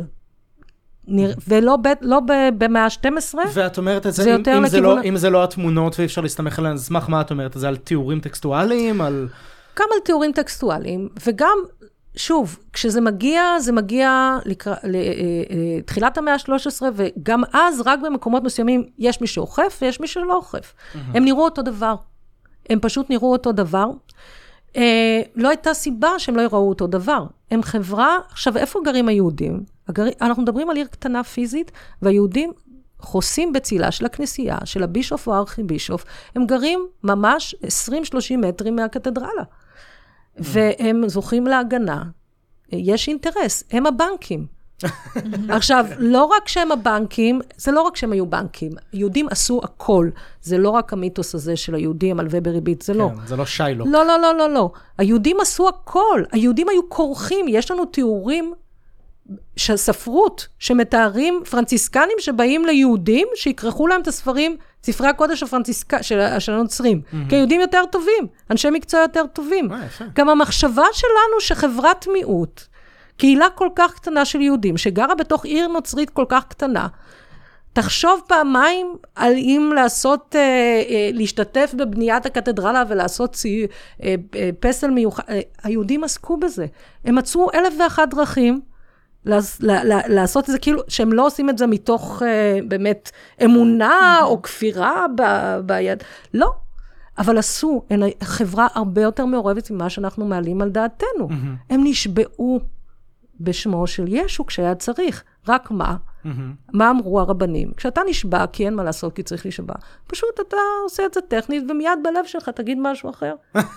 ולא במאה ה-12. ואת אומרת את זה, אם זה לא התמונות ואי אפשר להסתמך עליהן, אז מה את אומרת? זה על תיאורים טקסטואליים? גם על תיאורים טקסטואליים, וגם, שוב, כשזה מגיע, זה מגיע לתחילת המאה ה-13, וגם אז רק במקומות מסוימים יש מי שאוכף ויש מי שלא אוכף. הם נראו אותו דבר. הם פשוט נראו אותו דבר. לא הייתה סיבה שהם לא יראו אותו דבר. הם חברה, עכשיו איפה גרים היהודים? אנחנו מדברים על עיר קטנה פיזית, והיהודים חוסים בצילה של הכנסייה, של הבישוף או הארכיבישוף, הם גרים ממש 20-30 מטרים מהקתדרלה. והם זוכים להגנה. יש אינטרס, הם הבנקים. עכשיו, לא רק שהם הבנקים, זה לא רק שהם היו בנקים, יהודים עשו הכל, זה לא רק המיתוס הזה של היהודים על ובריבית, זה לא. זה לא שיילוק. לא, לא, לא, לא, לא. היהודים עשו הכל, היהודים היו קורחים, יש לנו תיאורים של ספרות, שמתארים פרנציסקנים שבאים ליהודים, שיקרחו להם את הספרים, ספרי הקודש של הנוצרים, כי היהודים יותר טובים, אנשי מקצוע יותר טובים. גם המחשבה שלנו שחברת מיעוט, קהילה כל כך קטנה של יהודים, שגרה בתוך עיר נוצרית כל כך קטנה, תחשוב פעמיים על אם לעשות, להשתתף בבניית הקתדרלה ולעשות פסל מיוחד. היהודים עסקו בזה. הם מצאו 1,001 דרכים לעשות את זה, כאילו שהם לא עושים את זה מתוך באמת אמונה או כפירה ביד. לא. אבל עשו, חברה הרבה יותר מעורבת ממה שאנחנו מעלים על דעתנו. הם נשבעו בשמו של ישו כשהיה צריך. רק מה? מה אמרו הרבנים? כשאתה נשבע, כי אין מה לעשות, כי צריך להישבע. פשוט אתה עושה את זה טכנית, ומיד בלב שלך תגיד משהו אחר.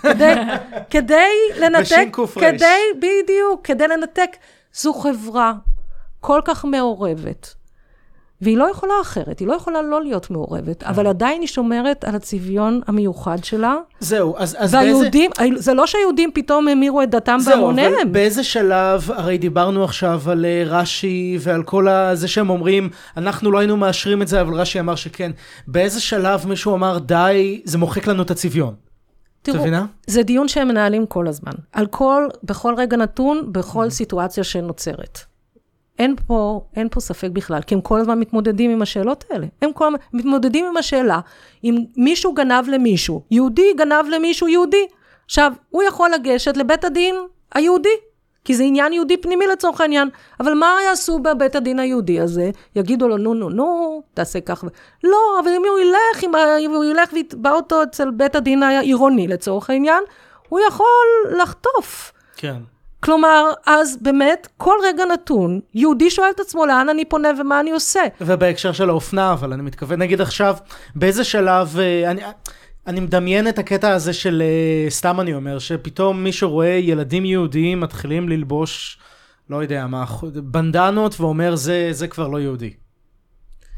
כדי לנתק, בדיוק, כדי לנתק, זו חברה כל כך מעורבת. והיא לא יכולה אחרת, היא לא יכולה לא להיות מעורבת, אבל עדיין היא שומרת על הצביון המיוחד שלה. זהו, אז והיהודים, זה לא שהיהודים פתאום המירו את דתם בהמוניהם. זהו, אבל באיזה שלב, הרי דיברנו עכשיו על רש"י ועל כל זה שהם אומרים, אנחנו לא היינו מאשרים את זה, אבל רש"י אמר שכן. באיזה שלב מישהו אמר, די, זה מוחק לנו את הצביון. תראו, זה דיון שהם מנהלים כל הזמן. בכל רגע נתון, בכל סיטואציה שנוצרת. אין פה ספק בכלל, כי הם כל הזמן מתמודדים עם השאלות האלה. הם כל הזמן מתמודדים עם השאלה, אם מישהו גנב למישהו, יהודי גנב למישהו יהודי. עכשיו, הוא יכול לגשת לבית הדין היהודי, כי זה עניין יהודי פנימי לצורך העניין, אבל מה יעשו בבית הדין היהודי הזה? יגידו לו, נו, תעשה כך. לא, אבל אם הוא ילך ויתבע אותו אצל בית הדין העירוני לצורך העניין, הוא יכול לחטוף. כן. כלומר, אז באמת, כל רגע נתון, יהודי שואל את עצמו, לאן אני פונה ומה אני עושה? ובהקשר של האופנה, אבל אני מתכוון, נגיד עכשיו, באיזה שלב, אני מדמיין את הקטע הזה של, סתם אני אומר, שפתאום מישהו רואה ילדים יהודיים מתחילים ללבוש, לא יודע מה, בנדנות, ואומר, זה כבר לא יהודי.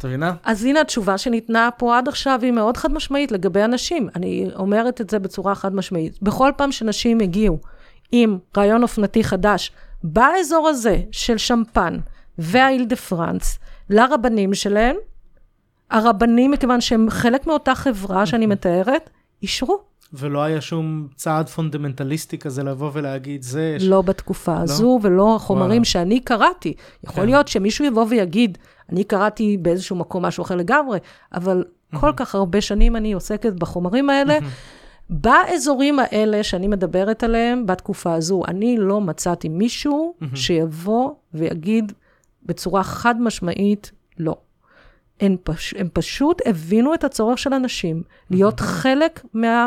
אתה מבינה? אז הנה התשובה שניתנה פה עד עכשיו היא מאוד חד משמעית לגבי אנשים. אני אומרת את זה בצורה חד משמעית. בכל פעם שנשים הגיעו עם רעיון אופנתי חדש, באזור הזה של שמפן והאיל דה פרנס, לרבנים שלהם, הרבנים, מכיוון שהם חלק מאותה חברה שאני מתארת, אישרו. ולא היה שום צעד פונדמנטליסטי כזה לבוא ולהגיד זה... לא בתקופה הזו, ולא החומרים שאני קראתי. יכול להיות שמישהו יבוא ויגיד, אני קראתי באיזשהו מקום משהו אחר לגמרי, אבל כל כך הרבה שנים אני עוסקת בחומרים האלה. באזורים האלה שאני מדברת עליהם, בתקופה הזו, אני לא מצאתי מישהו שיבוא ויגיד בצורה חד משמעית, לא. הם פשוט הבינו את הצורך של אנשים, להיות חלק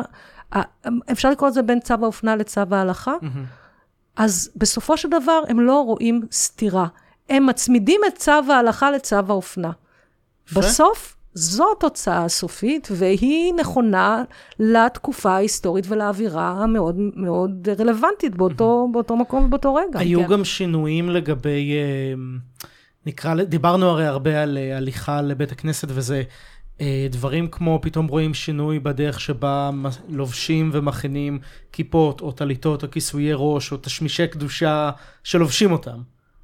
אפשר לקרוא את זה בין צו האופנה לצו ההלכה, אז בסופו של דבר הם לא רואים סתירה. הם מצמידים את צו ההלכה לצו האופנה. בסוף, זו התוצאה הסופית, והיא נכונה לתקופה ההיסטורית ולאווירה המאוד מאוד רלוונטית באותו מקום ובאותו רגע. היו גם שינויים לגבי, דיברנו הרי הרבה על הליכה לבית הכנסת וזה, דברים כמו פתאום רואים שינוי בדרך שבה לובשים ומכינים כיפות או טליטות או כיסויי ראש או תשמישי קדושה שלובשים אותם.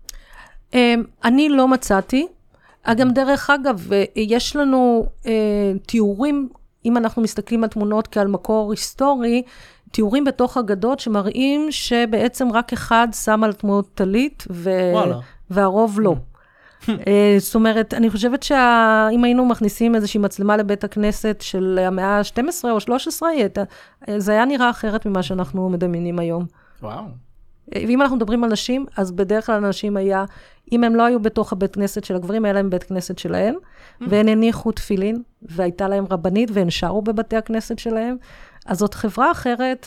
אני לא מצאתי. גם דרך אגב, יש לנו תיאורים, אם אנחנו מסתכלים על תמונות כעל מקור היסטורי, תיאורים בתוך אגדות שמראים שבעצם רק אחד שם על תמונות טלית והרוב לא. זאת אומרת, אני חושבת שאם היינו מכניסים איזושהי מצלמה לבית הכנסת של המאה ה-12 או 13, זה היה נראה אחרת ממה שאנחנו מדמיינים היום. וואו. ואם אנחנו מדברים על נשים, אז בדרך כלל אנשים היה, אם הם לא היו בתוך הבית כנסת של הגברים, היה להם בית כנסת שלהם, והן הניחו תפילין, והייתה להם רבנית, והן שרו בבתי הכנסת שלהם. אז זאת חברה אחרת,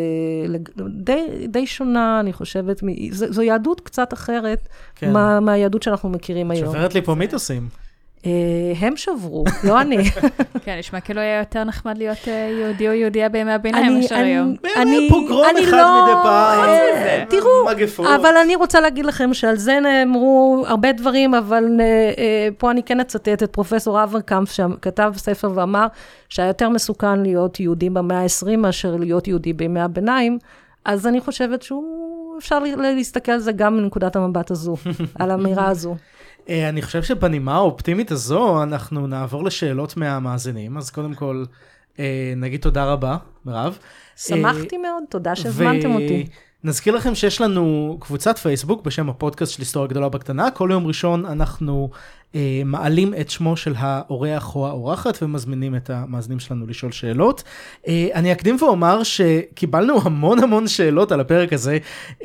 ודי שונה, אני חושבת, זו יהדות קצת אחרת, מהיהדות שאנחנו מכירים היום. שוברת לי פה מיתוסים. הם שברו, לא אני. כן, נשמע כאילו היה יותר נחמד להיות יהודי או יהודייה בימי הביניים מאשר היום. באמת פוגרום אחד מדי פעם. תראו, אבל אני רוצה להגיד לכם שעל זה נאמרו הרבה דברים, אבל פה אני כן אצטט את פרופסור אברקמפ, שכתב ספר ואמר שהיה יותר מסוכן להיות יהודים במאה ה-20 מאשר להיות יהודי בימי הביניים, אז אני חושבת שאפשר להסתכל על זה גם מנקודת המבט הזו, על האמירה הזו. אני חושב שבנימה האופטימית הזו, אנחנו נעבור לשאלות מהמאזינים, אז קודם כל, נגיד תודה רבה, מירב. שמחתי מאוד, תודה שהזמנתם אותי. נזכיר לכם שיש לנו קבוצת פייסבוק בשם הפודקאסט של היסטוריה גדולה בקטנה, כל יום ראשון אנחנו מעלים את שמו של האורח או האורחת, ומזמינים את המאזינים שלנו לשאול שאלות. אני אקדים ואומר שקיבלנו המון שאלות על הפרק הזה,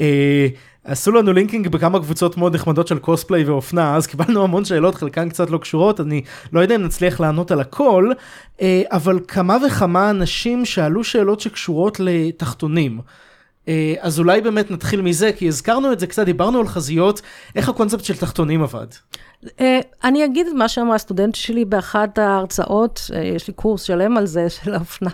עשו לנו לינקינג בכמה קבוצות מאוד נחמדות של קוספליי ואופנה, אז קיבלנו המון שאלות, חלקן קצת לא קשורות, אני לא יודע אם נצליח לענות על הכל, אבל כמה וכמה אנשים שאלו שאלות שקשורות לתחתונים. אז אולי באמת נתחיל מזה, כי הזכרנו את זה קצת, דיברנו על חזיות, איך הקונספט של תחתונים עבד? אני אגיד את מה שאמרה הסטודנט שלי באחת ההרצאות, יש לי קורס שלם על זה, של האופנה,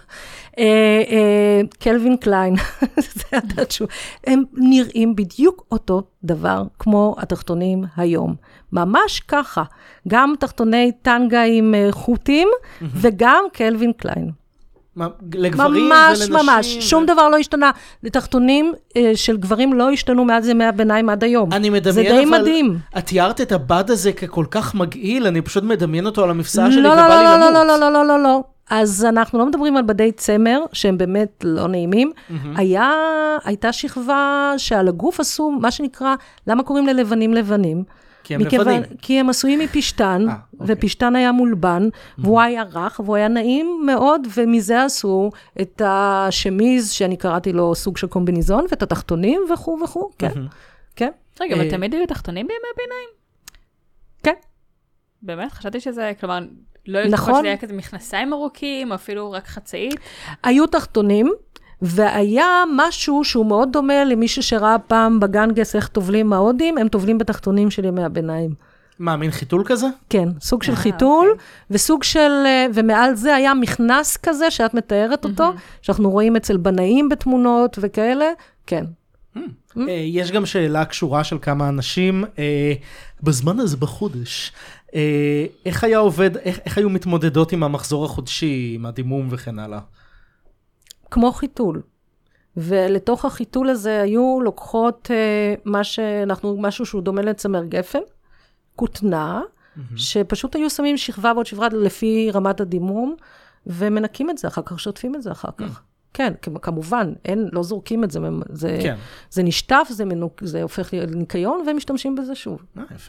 קלווין קליין, זה הדעת שהוא, הם נראים בדיוק אותו דבר כמו התחתונים היום. ממש ככה, גם תחתוני טנגה עם חוטים, וגם קלווין קליין. לגברים ממש, ולנשים. ממש, שום דבר לא השתנה. לתחתונים של גברים לא השתנו מאז ימי הביניים עד היום. אני מדמיין, זה די מדהים. את תיארת את הבד הזה ככל כך מגעיל, אני פשוט מדמיין אותו על המפסעה שלי ובא לי למות. לא. אז אנחנו לא מדברים על בדי צמר, שהם באמת לא נעימים. הייתה שכבה שעל הגוף עשו מה שנקרא, למה קוראים ללבנים לבנים? כי הם לבנים. כי הם עשויים מפשטן, ופשטן היה מולבן, והוא היה רך, והוא היה נעים מאוד, ומזה עשו את השמיז, שאני קראתי לו סוג של קומביניזון, ואת התחתונים וכו', כן. רגע, אבל תמיד היו תחתונים בימי הביניים? כן. באמת? חשבתי שזה, כלומר, לא יודעת שזה היה כזה מכנסיים ארוכים, או אפילו רק חצאית? היו תחתונים, והיה משהו שהוא מאוד דומה למי שראה פעם בגנגס איך טובלים ההודים, הם טובלים בתחתונים של ימי הביניים. מה, מין חיתול כזה? כן, סוג של חיתול, וסוג של, ומעל זה היה מכנס כזה שאת מתארת אותו, שאנחנו רואים אצל בנאים בתמונות וכאלה, כן. יש גם שאלה קשורה של כמה אנשים, בזמן הזה בחודש, איך היה עובד, איך היו מתמודדות עם המחזור החודשי, עם הדימום וכן הלאה? כמו חיתול. ולתוך החיתול הזה היו לוקחות משהו שהוא דומה לצמר גפן, כותנה, שפשוט היו שמים שכבה ועוד שכבה לפי רמת הדימום, ומנקים את זה אחר כך, שוטפים את זה אחר כך. כן, כמובן, לא זורקים את זה, זה נשטף, זה הופך לניקיון, והם משתמשים בזה שוב. יפה.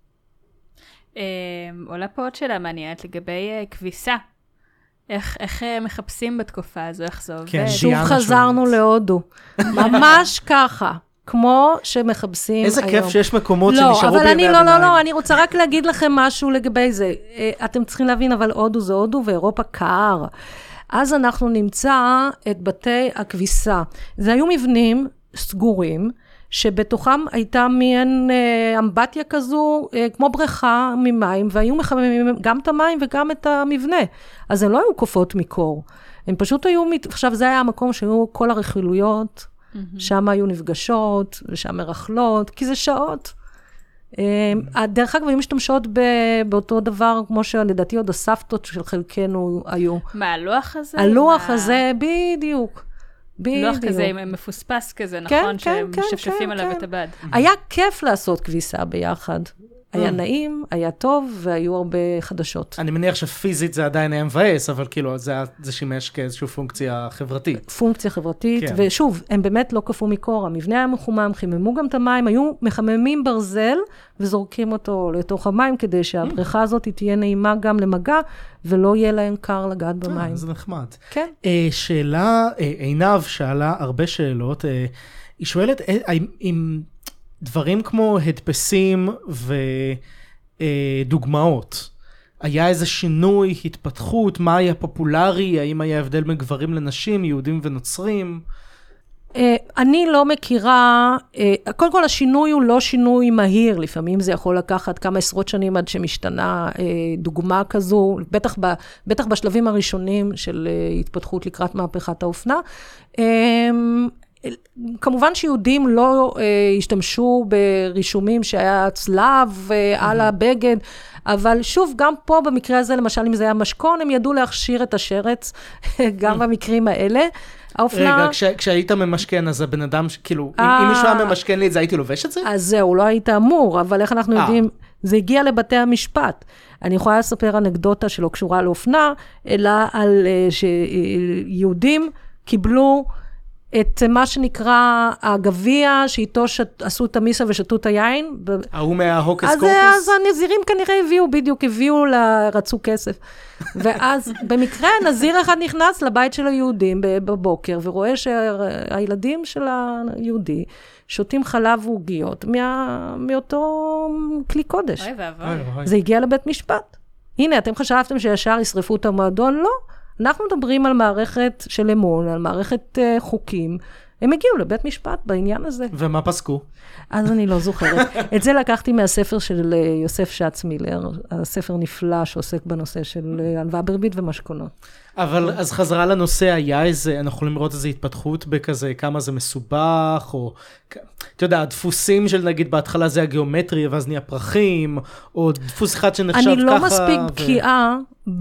עולה פה עוד שאלה מעניינת לגבי כביסה. איך מחפשים בתקופה הזו, איך זה עובד? שוב חזרנו להודו. ממש ככה. כמו שמחפשים היום. איזה כיף שיש מקומות שנשארו בימי הביניים. לא, אני רוצה רק להגיד לכם משהו לגבי זה. אתם צריכים להבין, אבל הודו זה הודו ואירופה קר. אז אנחנו נמצא את בתי הכביסה. זה היו מבנים סגורים, שבתוכם הייתה מעין אמבטיה כזו, כמו בריכה ממים, והיו מחממים גם את המים וגם את המבנה. אז הן לא היו קופות מקור. הן פשוט היו, עכשיו זה היה המקום שהיו כל הרכילויות, שם היו נפגשות, ושם מרחלות, כי זה שעות. דרך אגב, היו משתמשות באותו דבר, כמו שלדעתי עוד הסבתות של חלקנו היו. מה, הלוח הזה? הלוח הזה, בדיוק. לוח כזה מפוספס כזה, נכון? שהם משפשפים עליו את הבד. היה כיף לעשות כביסה ביחד. היה נעים, היה טוב, והיו הרבה חדשות. אני מניח שפיזית זה עדיין היה מבאס, אבל כאילו זה שימש כאיזושהי פונקציה חברתית. פונקציה חברתית, ושוב, הם באמת לא קפו מקור, המבנה היה מחומם, חיממו גם את המים, היו מחממים ברזל, וזורקים אותו לתוך המים, כדי שהבריכה הזאת תהיה נעימה גם למגע, ולא יהיה להם קר לגעת במים. זה נחמד. כן. שאלה, עינב שאלה הרבה שאלות, היא שואלת, אם דברים כמו הדפסים ודוגמאות, היה איזה שינוי, התפתחות, מה היה פופולרי, האם היה הבדל בין גברים לנשים, יהודים ונוצרים? אני לא מכירה, קודם כל השינוי הוא לא שינוי מהיר, לפעמים זה יכול לקחת כמה עשרות שנים עד שמשתנה דוגמה כזו, בטח בשלבים הראשונים של התפתחות לקראת מהפכת האופנה. כמובן שיהודים לא השתמשו ברישומים שהיה צלב על הבגד, אבל שוב, גם פה במקרה הזה, למשל אם זה היה משכון, הם ידעו להכשיר את השרץ, גם במקרים האלה. רגע, כשהיית ממשכן, אז הבן אדם, כאילו, אם מישהו היה ממשכן לי את זה, הייתי לובש את זה? אז זהו, לא היית אמור, אבל איך אנחנו יודעים, זה הגיע לבתי המשפט. אני יכולה לספר אנקדוטה שלא קשורה לאופנה, אלא על שיהודים קיבלו את מה שנקרא הגביע, שאיתו עשו את המיסה ושתו את היין. הוא מההוקס קורפוס? אז הנזירים כנראה הביאו, רצו כסף. ואז במקרה נזיר אחד נכנס לבית של היהודים בבוקר, ורואה שהילדים של היהודי שותים חלב ועוגיות מאותו כלי קודש. זה הגיע לבית משפט. הנה, אתם חשבתם שישר ישרפו את המועדון? לא. אנחנו מדברים על מערכת של אמון, על מערכת חוקים. הם הגיעו לבית משפט בעניין הזה. ומה פסקו? אז אני לא זוכרת. את זה לקחתי מהספר של יוסף שץ מילר, הספר נפלא שעוסק בנושא של ענווה ברבית ומשכונות. אבל אז חזרה לנושא, היה איזה, אנחנו יכולים לראות איזו התפתחות בכזה, כמה זה מסובך, או, אתה יודע, הדפוסים של נגיד בהתחלה זה הגיאומטרי, ואז נהיה פרחים, או דפוס אחד שנחשב ככה. אני לא מספיק בקיאה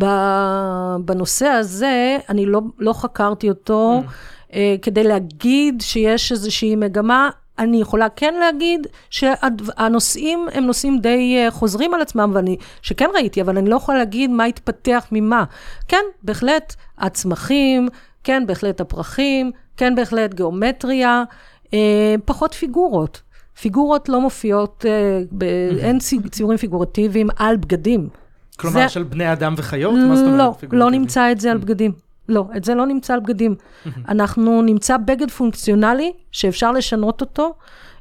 בנושא הזה, אני לא חקרתי אותו, כדי להגיד שיש איזושהי מגמה, אני יכולה כן להגיד שהנושאים הם נושאים די חוזרים על עצמם, שכן ראיתי, אבל אני לא יכולה להגיד מה התפתח ממה. כן, בהחלט הצמחים, כן, בהחלט הפרחים, כן, בהחלט גיאומטריה, פחות פיגורות. פיגורות לא מופיעות, אין ציורים פיגורטיביים על בגדים. כלומר, של בני אדם וחיות? לא נמצא את זה על בגדים. לא, את זה לא נמצא על בגדים. אנחנו נמצא בגד פונקציונלי, שאפשר לשנות אותו,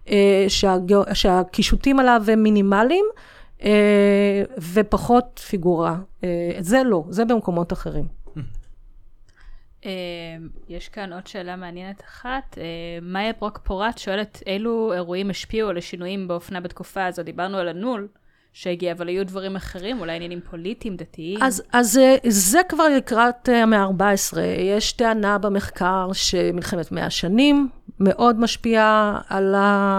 שהקישוטים עליו הם מינימליים, ופחות פיגורה. זה לא, זה במקומות אחרים. יש כאן עוד שאלה מעניינת אחת. מאיה ברוק פורט שואלת, אילו אירועים השפיעו על השינויים באופנה בתקופה הזו? דיברנו על הנול שהגיע, אבל היו דברים אחרים, אולי עניינים פוליטיים, דתיים. אז זה כבר לקראת המאה ה-14. יש טענה במחקר שמלחמת 100 שנים, מאוד משפיעה על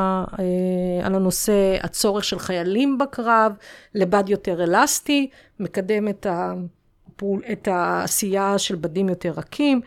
הנושא, הצורך של חיילים בקרב, לבד יותר אלסטי, מקדם את העשייה של בדים יותר רכים.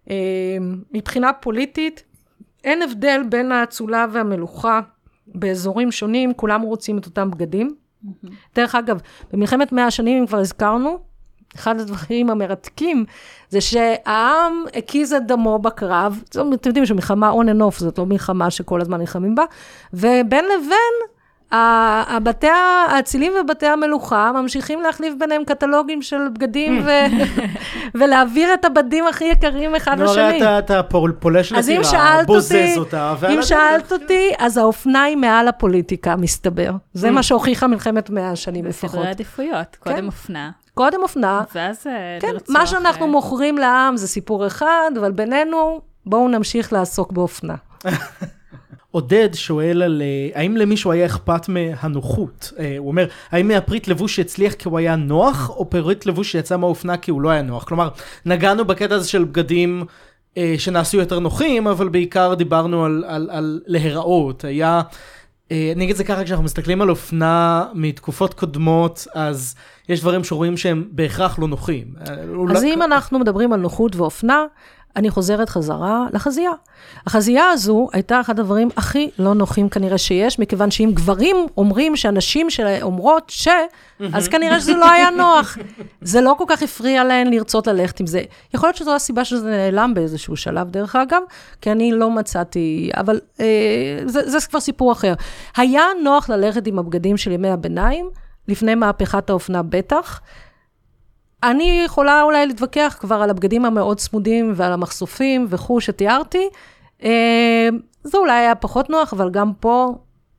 מבחינה פוליטית, אין הבדל בין האצולה והמלוכה באזורים שונים, כולם רוצים את אותם בגדים. דרך אגב, במלחמת 100 השנים, אם כבר הזכרנו, אחד הדברים המרתקים, זה שהעם הקיז את דמו בקרב, אתם יודעים שמלחמה on and off, זאת לא מלחמה שכל הזמן נלחמים בה, ובין לבין, הבתי האצילים ובתי המלוכה ממשיכים להחליף ביניהם קטלוגים של בגדים ולהעביר את הבדים הכי יקרים אחד לשני. אתה פולש לטירה, בוזז אותה. אם שאלת אותי, אז האופנה היא מעל הפוליטיקה, מסתבר. זה מה שהוכיחה מלחמת 100 השנים לפחות. בסדרי עדיפויות, קודם אופנה. קודם אופנה. ואז כן, מה שאנחנו מוכרים לעם זה סיפור אחד, אבל בינינו בואו נמשיך לעסוק באופנה. עודד שואל על האם למישהו היה אכפת מהנוחות. הוא אומר, האם מהפריט לבוש שהצליח כי הוא היה נוח, או פריט לבוש שיצא מהאופנה כי הוא לא היה נוח? כלומר, נגענו בקטע הזה של בגדים שנעשו יותר נוחים, אבל בעיקר דיברנו על להיראות. היה, אני אגיד זה ככה, כשאנחנו מסתכלים על אופנה מתקופות קודמות, אז יש דברים שרואים שהם בהכרח לא נוחים. אז אם אנחנו מדברים על נוחות ואופנה, אני חוזרת חזרה לחזייה. החזייה הזו הייתה אחד הדברים הכי לא נוחים כנראה שיש, מכיוון שאם גברים אומרים שאנשים אומרות אז כנראה שזה לא היה נוח. זה לא כל כך הפריע להן לרצות ללכת עם זה. יכול להיות שזו הסיבה שזה נעלם באיזשהו שלב, דרך אגב, כי אני לא מצאתי, אבל זה כבר סיפור אחר. היה נוח ללכת עם הבגדים של ימי הביניים, לפני מהפכת האופנה בטח, אני יכולה אולי להתווכח כבר על הבגדים המאוד צמודים ועל המחשופים וכו' שתיארתי. זה אולי היה פחות נוח, אבל גם פה,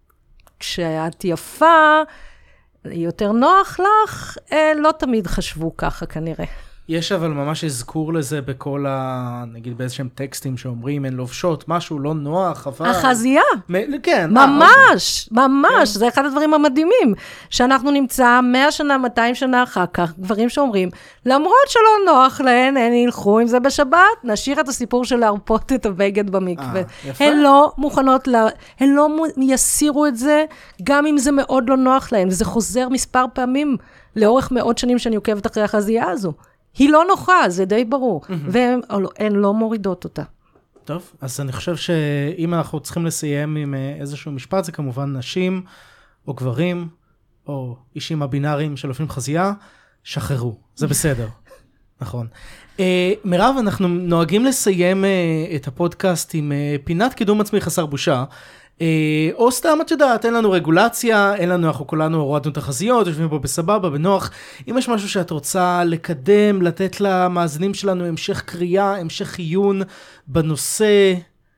כשאת יפה, יותר נוח לך, לא תמיד חשבו ככה כנראה. יש אבל ממש אזכור לזה בכל נגיד באיזשהם טקסטים שאומרים, הן לובשות משהו לא נוח, אבל... החזייה. כן. ממש, ממש. זה אחד הדברים המדהימים, שאנחנו נמצא 100 שנה, 200 שנה אחר כך, דברים שאומרים, למרות שלא נוח להן, הן ילכו עם זה בשבת, נשאיר את הסיפור של להרפות את הבגד במקווה. הן לא מוכנות, הן לא יסירו את זה, גם אם זה מאוד לא נוח להן, וזה חוזר מספר פעמים, לאורך מאות שנים שאני עוקבת אחרי החזייה הזו. היא לא נוחה, זה די ברור, והן לא מורידות אותה. טוב, אז אני חושב שאם אנחנו צריכים לסיים עם איזשהו משפט, זה כמובן נשים, או גברים, או אישים הבינאריים שלופים חזייה, שחררו, זה בסדר. נכון. מירב, אנחנו נוהגים לסיים את הפודקאסט עם פינת קידום עצמי חסר בושה, או סתם, את יודעת, אין לנו רגולציה, אין לנו, אנחנו כולנו הורדנו תחזיות, יושבים פה בסבבה, בנוח. אם יש משהו שאת רוצה לקדם, לתת למאזינים שלנו המשך קריאה, המשך עיון בנושא...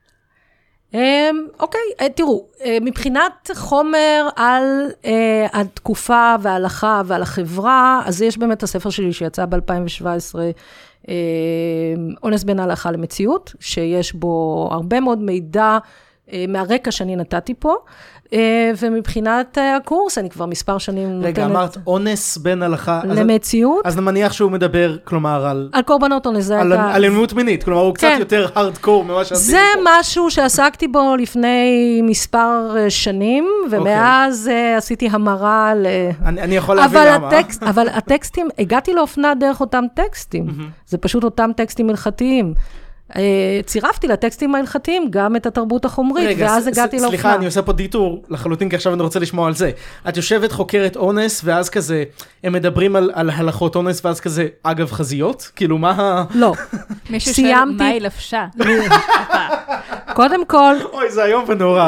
אוקיי, תראו, מבחינת חומר על התקופה וההלכה ועל החברה, אז יש באמת הספר שלי שיצא ב-2017, אונס בין ההלכה למציאות, שיש בו הרבה מאוד מידע, מהרקע שאני נתתי פה, ומבחינת הקורס, אני כבר מספר שנים נותנת... רגע, אמרת אונס בין הלכה... למציאות. אז נמניח שהוא מדבר, כלומר, על... על קורבנות אונס, זה הייתה... על אלימות מינית, כלומר, הוא קצת יותר הארדקור ממה שעשיתי פה. זה משהו שעסקתי בו לפני מספר שנים, ומאז עשיתי המרה ל... אני יכול להבין למה. אבל הטקסטים, הגעתי לאופנה דרך אותם טקסטים. זה פשוט אותם טקסטים הלכתיים. צירפתי לטקסטים ההלכתיים גם את התרבות החומרית, ואז הגעתי לאופנה. סליחה, אני עושה פה דיטור לחלוטין, כי עכשיו אני רוצה לשמוע על זה. את יושבת חוקרת אונס, ואז כזה, הם מדברים על הלכות אונס, ואז כזה, אגב חזיות? כאילו, מה... לא. מישהו שואל, מה היא לבשה? קודם כל... אוי, זה היום ונורא.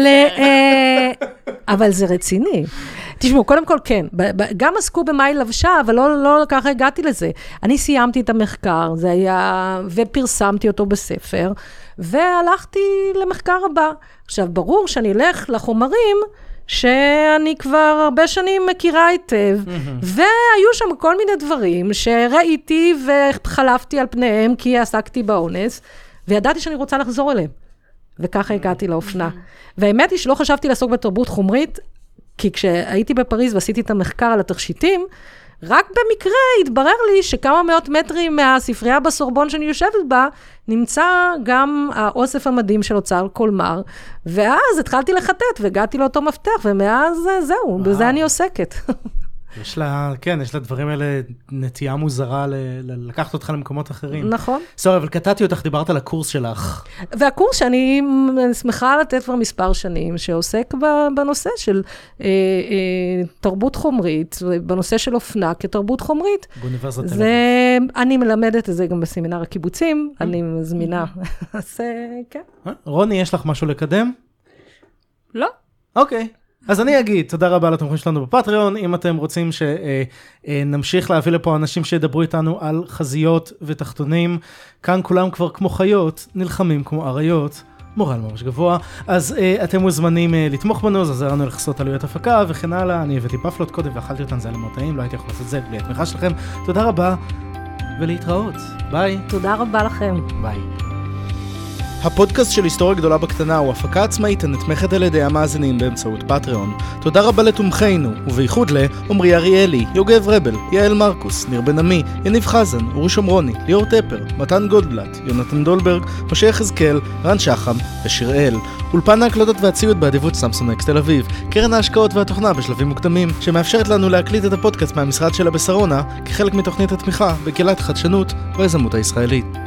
אבל זה רציני. תשמעו, קודם כל כן, גם עסקו במה היא לבשה, אבל לא ככה הגעתי לזה. אני סיימתי את המחקר, זה היה, ופרסמתי אותו בספר, והלכתי למחקר הבא. עכשיו, ברור שאני אלך לחומרים, שאני כבר הרבה שנים מכירה היטב, והיו שם כל מיני דברים שראיתי וחלפתי על פניהם, כי עסקתי באונס, וידעתי שאני רוצה לחזור אליהם. וככה הגעתי לאופנה. והאמת היא שלא חשבתי לעסוק בתרבות חומרית, כי כשהייתי בפריז ועשיתי את המחקר על התכשיטים, רק במקרה התברר לי שכמה מאות מטרים מהספרייה בסורבון שאני יושבת בה, נמצא גם האוסף המדהים של אוצר קולמר, ואז התחלתי לחטט והגעתי לאותו מפתח, ומאז זהו, בזה אני עוסקת. יש לה דברים האלה נטייה מוזרה לקחת אותך למקומות אחרים. נכון. סורי, אבל קטעתי אותך, דיברת על הקורס שלך. והקורס שאני שמחה לתת כבר מספר שנים, שעוסק בנושא של תרבות חומרית, בנושא של אופנה כתרבות חומרית. באוניברסיטת תל אביב. אני מלמדת את זה גם בסמינר הקיבוצים, אני מזמינה. אז כן. רוני, יש לך משהו לקדם? לא. אוקיי. אז אני אגיד, תודה רבה לתומכים שלנו בפטריון, אם אתם רוצים שנמשיך להביא לפה אנשים שידברו איתנו על חזיות ותחתונים, כאן כולם כבר כמו חיות, נלחמים כמו אריות, מורל ממש גבוה, אז אתם מוזמנים לתמוך בנו, זה עוזר לנו לחסות עלויות הפקה וכן הלאה, אני הבאתי פפלות קודם ואכלתי אותן, זה היה למותאים, לא הייתי יכול לעשות את זה בלי התמיכה שלכם, תודה רבה ולהתראות, ביי. תודה רבה לכם. ביי. הפודקאסט של היסטוריה גדולה בקטנה הוא הפקה עצמאית הנתמכת על ידי המאזינים באמצעות פטריון. תודה רבה לתומכינו, ובייחוד לעומרי אריאלי, יוגב רבל, יעל מרקוס, ניר בן עמי, יניב חזן, אורי שומרוני, ליאור טפר, מתן גולדבלט, יונתן דולברג, משה יחזקאל, רן שחם ושיראל. אולפן ההקלטות והציוד באדיבות סמסונג אקס תל אביב, קרן ההשקעות והתוכנה בשלבים מוקדמים, שמאפשרת לנו להקליט את הפודקאסט מהמשרד שלה בשרונה, כחלק מתוכנית התמיכה בקהילת חדשנות והיזמות הישראלית.